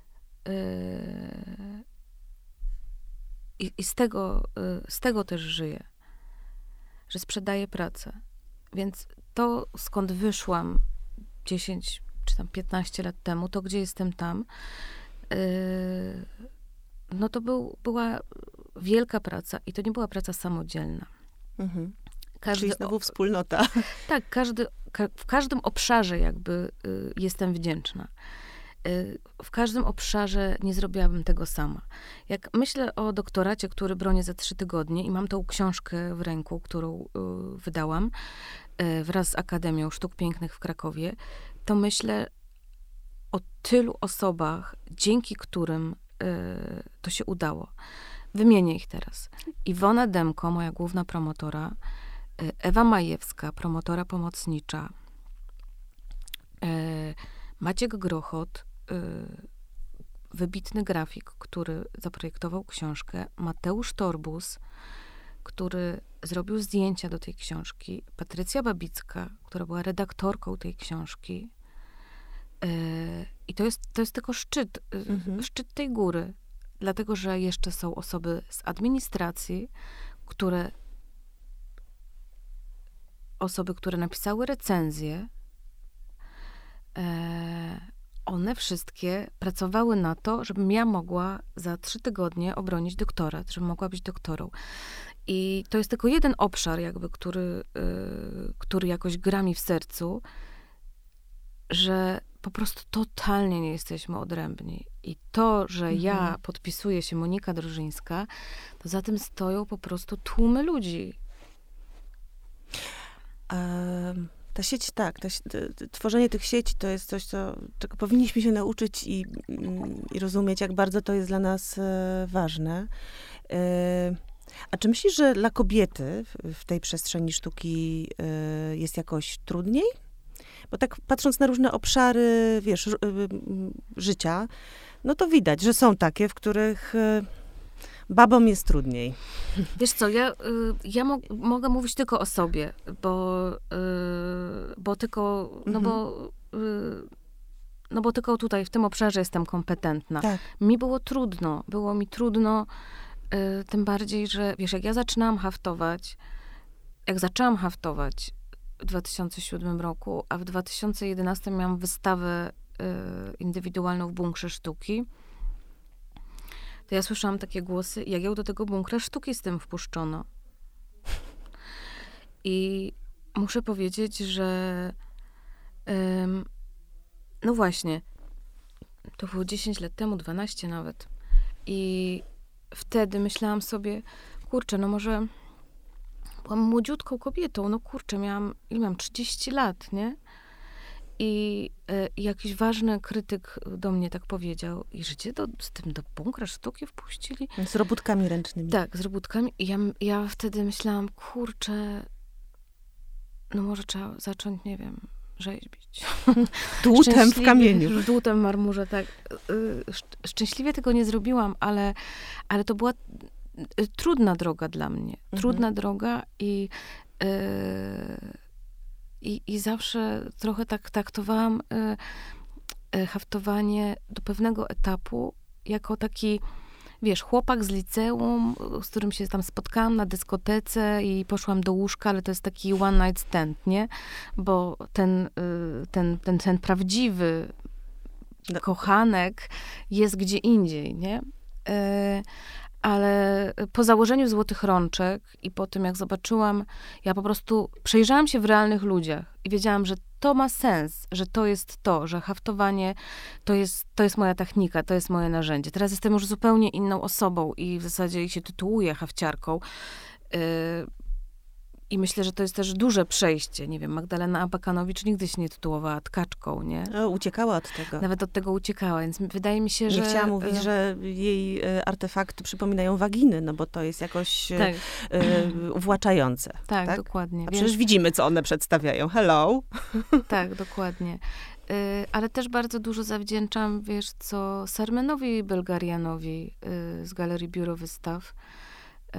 y, I, I z tego, z tego też żyję, że sprzedaję pracę. Więc to, skąd wyszłam dziesięć czy tam piętnaście lat temu, to gdzie jestem tam, yy, no to był, była wielka praca i to nie była praca samodzielna. Mhm. Każdy, Czyli znowu wspólnota. Tak, każdy, ka, w każdym obszarze jakby y, jestem wdzięczna. W każdym obszarze nie zrobiłabym tego sama. Jak myślę o doktoracie, który bronię za trzy tygodnie i mam tą książkę w ręku, którą y, wydałam y, wraz z Akademią Sztuk Pięknych w Krakowie, to myślę o tylu osobach, dzięki którym y, to się udało. Wymienię ich teraz. Iwona Demko, moja główna promotora, y, Ewa Majewska, promotora pomocnicza, y, Maciek Grochot, wybitny grafik, który zaprojektował książkę, Mateusz Torbus, który zrobił zdjęcia do tej książki, Patrycja Babicka, która była redaktorką tej książki. I to jest, to jest tylko szczyt, mhm. szczyt tej góry, dlatego, że jeszcze są osoby z administracji, które osoby, które napisały recenzje, one wszystkie pracowały na to, żebym ja mogła za trzy tygodnie obronić doktorat, żebym mogła być doktorą. I to jest tylko jeden obszar, jakby, który, yy, który jakoś gra mi w sercu, że po prostu totalnie nie jesteśmy odrębni. I to, że mhm. ja podpisuję się Monika Drożyńska, to za tym stoją po prostu tłumy ludzi. Um. Ta sieć, tak, ta, tworzenie tych sieci to jest coś, co, czego powinniśmy się nauczyć i, i rozumieć, jak bardzo to jest dla nas e, ważne. E, a czy myślisz, że dla kobiety w, w tej przestrzeni sztuki e, jest jakoś trudniej? Bo tak patrząc na różne obszary, wiesz, y, y, życia, no to widać, że są takie, w których y, babom jest trudniej. Wiesz co, ja, ja mo- mogę mówić tylko o sobie, bo, bo tylko, no mhm. bo, no bo tylko tutaj, w tym obszarze jestem kompetentna. Tak. Mi było trudno, było mi trudno, tym bardziej, że wiesz, jak ja zaczynałam haftować, jak zaczęłam haftować w dwa tysiące siódmym roku, a w dwa tysiące jedenastym miałam wystawę indywidualną w Bunkrze Sztuki, to ja słyszałam takie głosy, jak ją do tego bunkra sztuki z tym wpuszczono. I muszę powiedzieć, że um, no właśnie, to było dziesięć lat temu, dwanaście nawet. I wtedy myślałam sobie, kurczę, no może byłam młodziutką kobietą, no kurczę, miałam, ile miałam, trzydzieści lat, nie? I y, jakiś ważny krytyk do mnie tak powiedział, i że cię do, z tym do bunkra sztuki wpuścili? Z robótkami ręcznymi. Tak, z robótkami. I ja, ja wtedy myślałam, kurczę, no może trzeba zacząć, nie wiem, rzeźbić. Dłutem w kamieniu. Dłutem w marmurze, tak. Szczęśliwie tego nie zrobiłam, ale, ale to była trudna droga dla mnie. Trudna mhm. droga i... Y, I, I zawsze trochę tak traktowałam y, y, haftowanie do pewnego etapu jako taki, wiesz, chłopak z liceum, z którym się tam spotkałam na dyskotece i poszłam do łóżka, ale to jest taki one night stand, nie? Bo ten, y, ten, ten, ten prawdziwy no. kochanek jest gdzie indziej, nie? Y, Ale po założeniu Złotych Rączek i po tym, jak zobaczyłam, ja po prostu przejrzałam się w realnych ludziach i wiedziałam, że to ma sens, że to jest to, że haftowanie to jest, to jest moja technika, to jest moje narzędzie. Teraz jestem już zupełnie inną osobą i w zasadzie się tytułuję hafciarką. Yy, I myślę, że to jest też duże przejście. Nie wiem, Magdalena Abakanowicz nigdy się nie tytułowała tkaczką, nie? O, uciekała od tego. Nawet od tego uciekała, więc wydaje mi się, nie że... Nie chciała mówić, że jej artefakty przypominają waginy, no bo to jest jakoś tak. y, uwłaczające. Tak, tak? dokładnie. A przecież więc... widzimy, co one przedstawiają. Hello! Tak, dokładnie. Y, ale też bardzo dużo zawdzięczam, wiesz co, Sarmenowi Belgarianowi y, z Galerii Biuro Wystaw, y,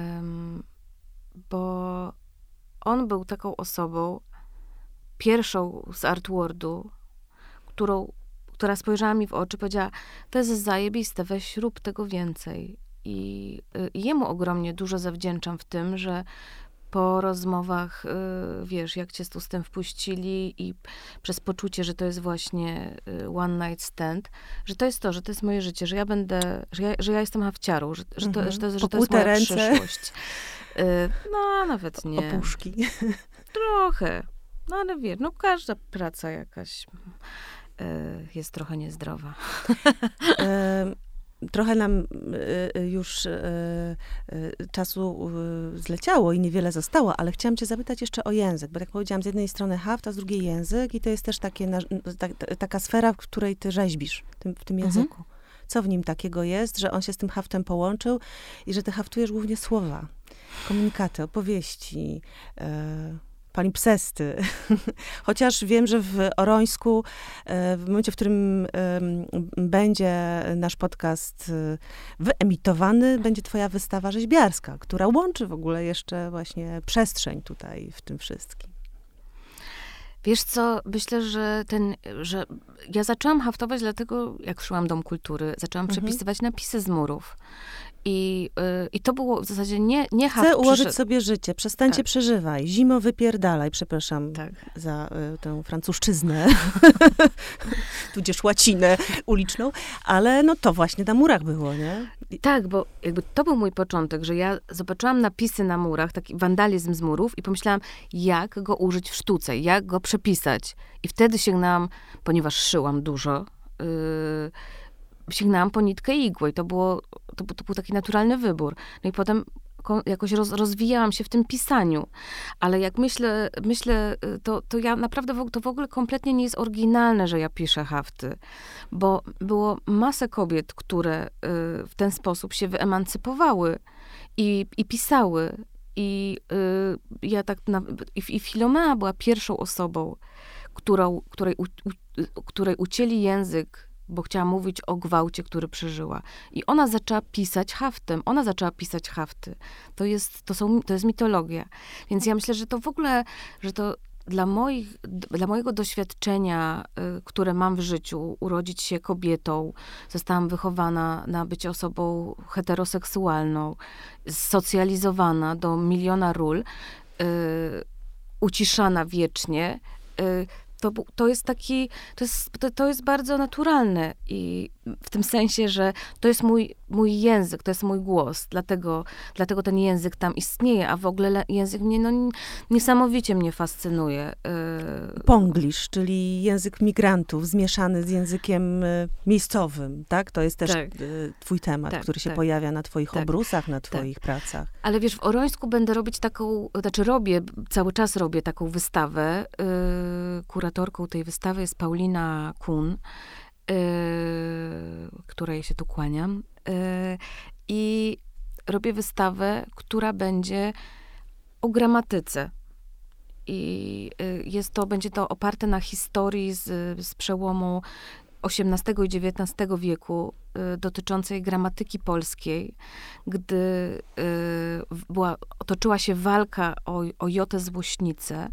bo on był taką osobą, pierwszą z Artworldu, którą, która spojrzała mi w oczy, powiedziała, to jest zajebiste, weź rób tego więcej. I, i jemu ogromnie dużo zawdzięczam w tym, że po rozmowach, y, wiesz, jak cię tu z tym wpuścili i przez poczucie, że to jest właśnie y, one night stand, że to jest to, że to jest moje życie, że ja będę, że ja, że ja jestem hafciarą, że, że, to, że, to, że to jest moja ręce. przyszłość. Y, no, nawet nie. Opuszki. Trochę. No, ale wiesz, no każda praca jakaś y, jest trochę niezdrowa. Trochę nam już czasu zleciało i niewiele zostało, ale chciałam cię zapytać jeszcze o język, bo jak powiedziałam, z jednej strony haft, a z drugiej język i to jest też takie, taka sfera, w której ty rzeźbisz w tym, w tym języku. Mhm. Co w nim takiego jest, że on się z tym haftem połączył i że ty haftujesz głównie słowa, komunikaty, opowieści, palimpsesty. Chociaż wiem, że w Orońsku, w momencie, w którym będzie nasz podcast wyemitowany, będzie twoja wystawa rzeźbiarska, która łączy w ogóle jeszcze właśnie przestrzeń tutaj w tym wszystkim. Wiesz co, myślę, że ten, że ja zaczęłam haftować dlatego, jak szłam Dom Kultury, zaczęłam mhm. przepisywać napisy z murów. I, yy, I to było w zasadzie nie, nie haft. Chcę ułożyć przyszedł. sobie życie, przestańcie tak. przeżywaj, zimo wypierdalaj, przepraszam tak. za y, tę francuszczyznę, tudzież łacinę uliczną, ale no to właśnie na murach było, nie? I... Tak, bo jakby to był mój początek, że ja zobaczyłam napisy na murach, taki wandalizm z murów i pomyślałam, jak go użyć w sztuce, jak go przepisać. I wtedy sięgnęłam, ponieważ szyłam dużo, yy, sięgnęłam po nitkę i igłę i to, było, to, to był taki naturalny wybór. No i potem jakoś roz, rozwijałam się w tym pisaniu. Ale jak myślę, myślę to, to ja naprawdę, w, to w ogóle kompletnie nie jest oryginalne, że ja piszę hafty. Bo było masę kobiet, które y, w ten sposób się wyemancypowały i, i pisały. I y, ja tak, na, i, i Filomea była pierwszą osobą, którą, której, u, u, której ucięli język, bo chciała mówić o gwałcie, który przeżyła. I ona zaczęła pisać haftem. Ona zaczęła pisać hafty. To jest, to są, to jest mitologia. Więc ja myślę, że to w ogóle, że to dla moich, dla mojego doświadczenia, y, które mam w życiu, urodzić się kobietą, zostałam wychowana na bycie osobą heteroseksualną, socjalizowana do miliona ról, y, uciszana wiecznie, y, To, to jest taki, to jest, to, to jest bardzo naturalne i w tym sensie, że to jest mój, mój język, to jest mój głos, dlatego, dlatego ten język tam istnieje, a w ogóle język mnie, no, niesamowicie mnie fascynuje. Ponglisz, czyli język migrantów zmieszany z językiem miejscowym, tak? To jest też tak. twój temat, tak, który się tak. pojawia na twoich tak. obrusach, na twoich tak. pracach. Ale wiesz, w Orońsku będę robić taką, znaczy robię, cały czas robię taką wystawę, yy, kuratorką tej wystawy jest Paulina Kuhn, yy, której się tu kłaniam. Yy, I robię wystawę, która będzie o gramatyce. I yy, jest to, będzie to oparte na historii z, z przełomu osiemnastego i dziewiętnastego wieku, y, dotyczącej gramatyki polskiej, gdy y, była, toczyła się walka o, o jotę złośnicę.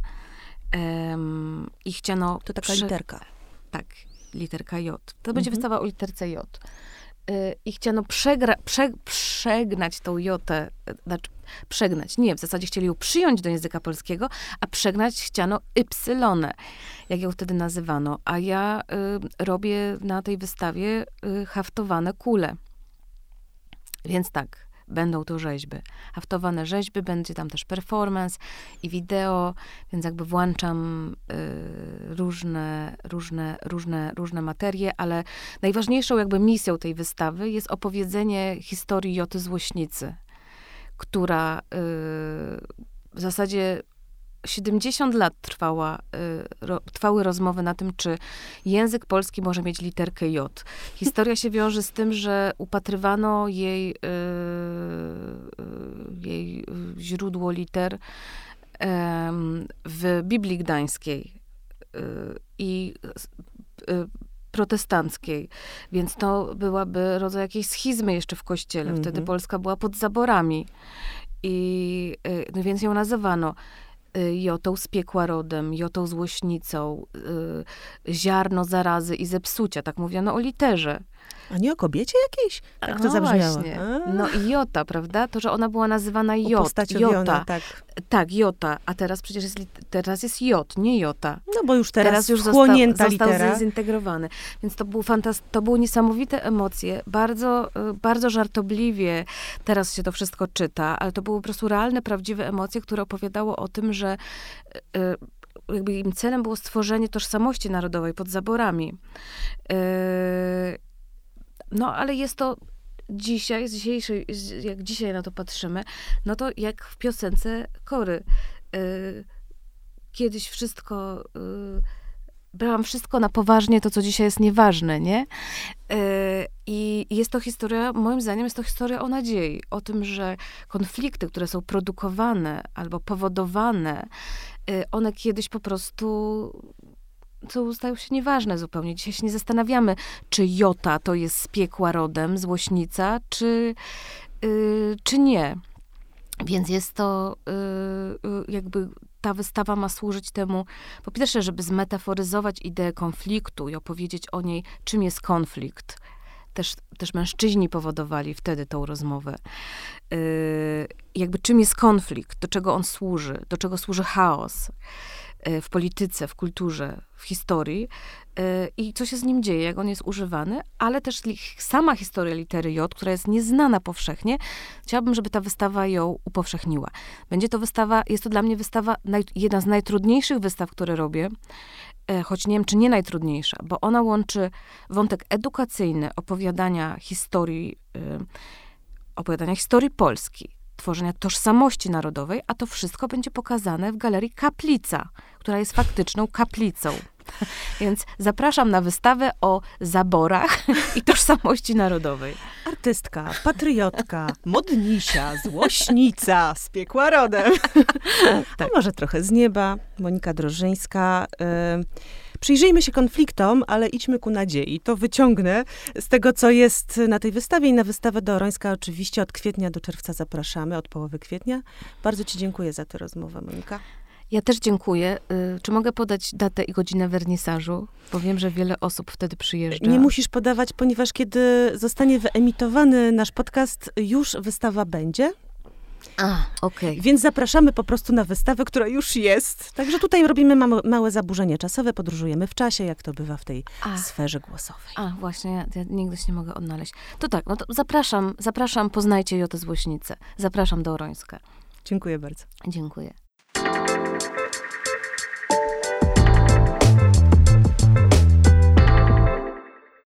Um, I chciano... To taka prze... literka. Tak, literka J. To mhm. będzie wystawa o literce J. Y, I chciano przegra... prze... przegnać tą Jotę, znaczy przegnać, nie, w zasadzie chcieli ją przyjąć do języka polskiego, a przegnać chciano ypsylonę, jak ją wtedy nazywano. A ja y, robię na tej wystawie y, haftowane kule. Więc tak, będą to rzeźby. Haftowane rzeźby, będzie tam też performance i wideo, więc jakby włączam y, różne, różne, różne, różne materie, ale najważniejszą jakby misją tej wystawy jest opowiedzenie historii Joty Złośnicy, która y, w zasadzie siedemdziesiąt lat trwała, y, ro, trwały rozmowy na tym, czy język polski może mieć literkę J. Historia się wiąże z tym, że upatrywano jej, y, y, jej źródło liter y, w Biblii Gdańskiej y, i y, protestanckiej, więc to byłaby rodzaj jakiejś schizmy jeszcze w kościele. Mm-hmm. Wtedy Polska była pod zaborami i y, no więc ją nazywano Jotą z piekła rodem, Jotą złośnicą, y, ziarno zarazy i zepsucia. Tak mówiono o literze. A nie o kobiecie jakiejś? Tak to no zabrzmiało. Właśnie. No i Jota, prawda? To, że ona była nazywana Jot. Jota. Tak. tak, Jota. A teraz przecież jest, teraz jest Jot, nie Jota. No bo już teraz, teraz już wchłonięta został, litera. został zintegrowany. Więc to, był fantast- to były niesamowite emocje. Bardzo, bardzo żartobliwie teraz się to wszystko czyta, ale to były po prostu realne, prawdziwe emocje, które opowiadało o tym, że y, jakby im celem było stworzenie tożsamości narodowej pod zaborami. Y, No, ale jest to dzisiaj, z dzisiejszej, jak dzisiaj na to patrzymy, no to jak w piosence Kory. Yy, kiedyś wszystko, yy, brałam wszystko na poważnie, to co dzisiaj jest nieważne, nie? Yy, I jest to historia, moim zdaniem jest to historia o nadziei, o tym, że konflikty, które są produkowane albo powodowane, yy, one kiedyś po prostu co stają się nieważne zupełnie. Dzisiaj się nie zastanawiamy, czy Jota to jest z piekła rodem, złośnica, czy, yy, czy nie. Więc jest to yy, jakby ta wystawa ma służyć temu, po pierwsze, żeby zmetaforyzować ideę konfliktu i opowiedzieć o niej, czym jest konflikt. Też, też mężczyźni powodowali wtedy tą rozmowę. Yy, jakby czym jest konflikt, do czego on służy, do czego służy chaos w polityce, w kulturze, w historii i co się z nim dzieje, jak on jest używany, ale też sama historia litery J, która jest nieznana powszechnie, chciałabym, żeby ta wystawa ją upowszechniła. Będzie to wystawa, jest to dla mnie wystawa, jedna z najtrudniejszych wystaw, które robię, choć nie wiem, czy nie najtrudniejsza, bo ona łączy wątek edukacyjny, opowiadania historii, opowiadania historii Polski, tworzenia tożsamości narodowej, a to wszystko będzie pokazane w Galerii Kaplica, która jest faktyczną kaplicą. Więc zapraszam na wystawę o zaborach i tożsamości narodowej. Artystka, patriotka, modnisia, złośnica, z piekła rodem. Tak. A może trochę z nieba. Monika Drożyńska. Y- Przyjrzyjmy się konfliktom, ale idźmy ku nadziei. To wyciągnę z tego, co jest na tej wystawie i na wystawę do Orońska oczywiście od kwietnia do czerwca zapraszamy, od połowy kwietnia. Bardzo ci dziękuję za tę rozmowę, Monika. Ja też dziękuję. Y, czy mogę podać datę i godzinę wernisażu? Bo wiem, że wiele osób wtedy przyjeżdża. Nie musisz podawać, ponieważ kiedy zostanie wyemitowany nasz podcast, już wystawa będzie. A, okej. Okay. Więc zapraszamy po prostu na wystawę, która już jest. Także tutaj robimy ma- małe zaburzenie czasowe, podróżujemy w czasie, jak to bywa w tej A. sferze głosowej. A, właśnie, ja, ja nigdy się nie mogę odnaleźć. To tak, no to zapraszam, zapraszam, poznajcie Jotę Złośnicę. Zapraszam do Orońska. Dziękuję bardzo. Dziękuję.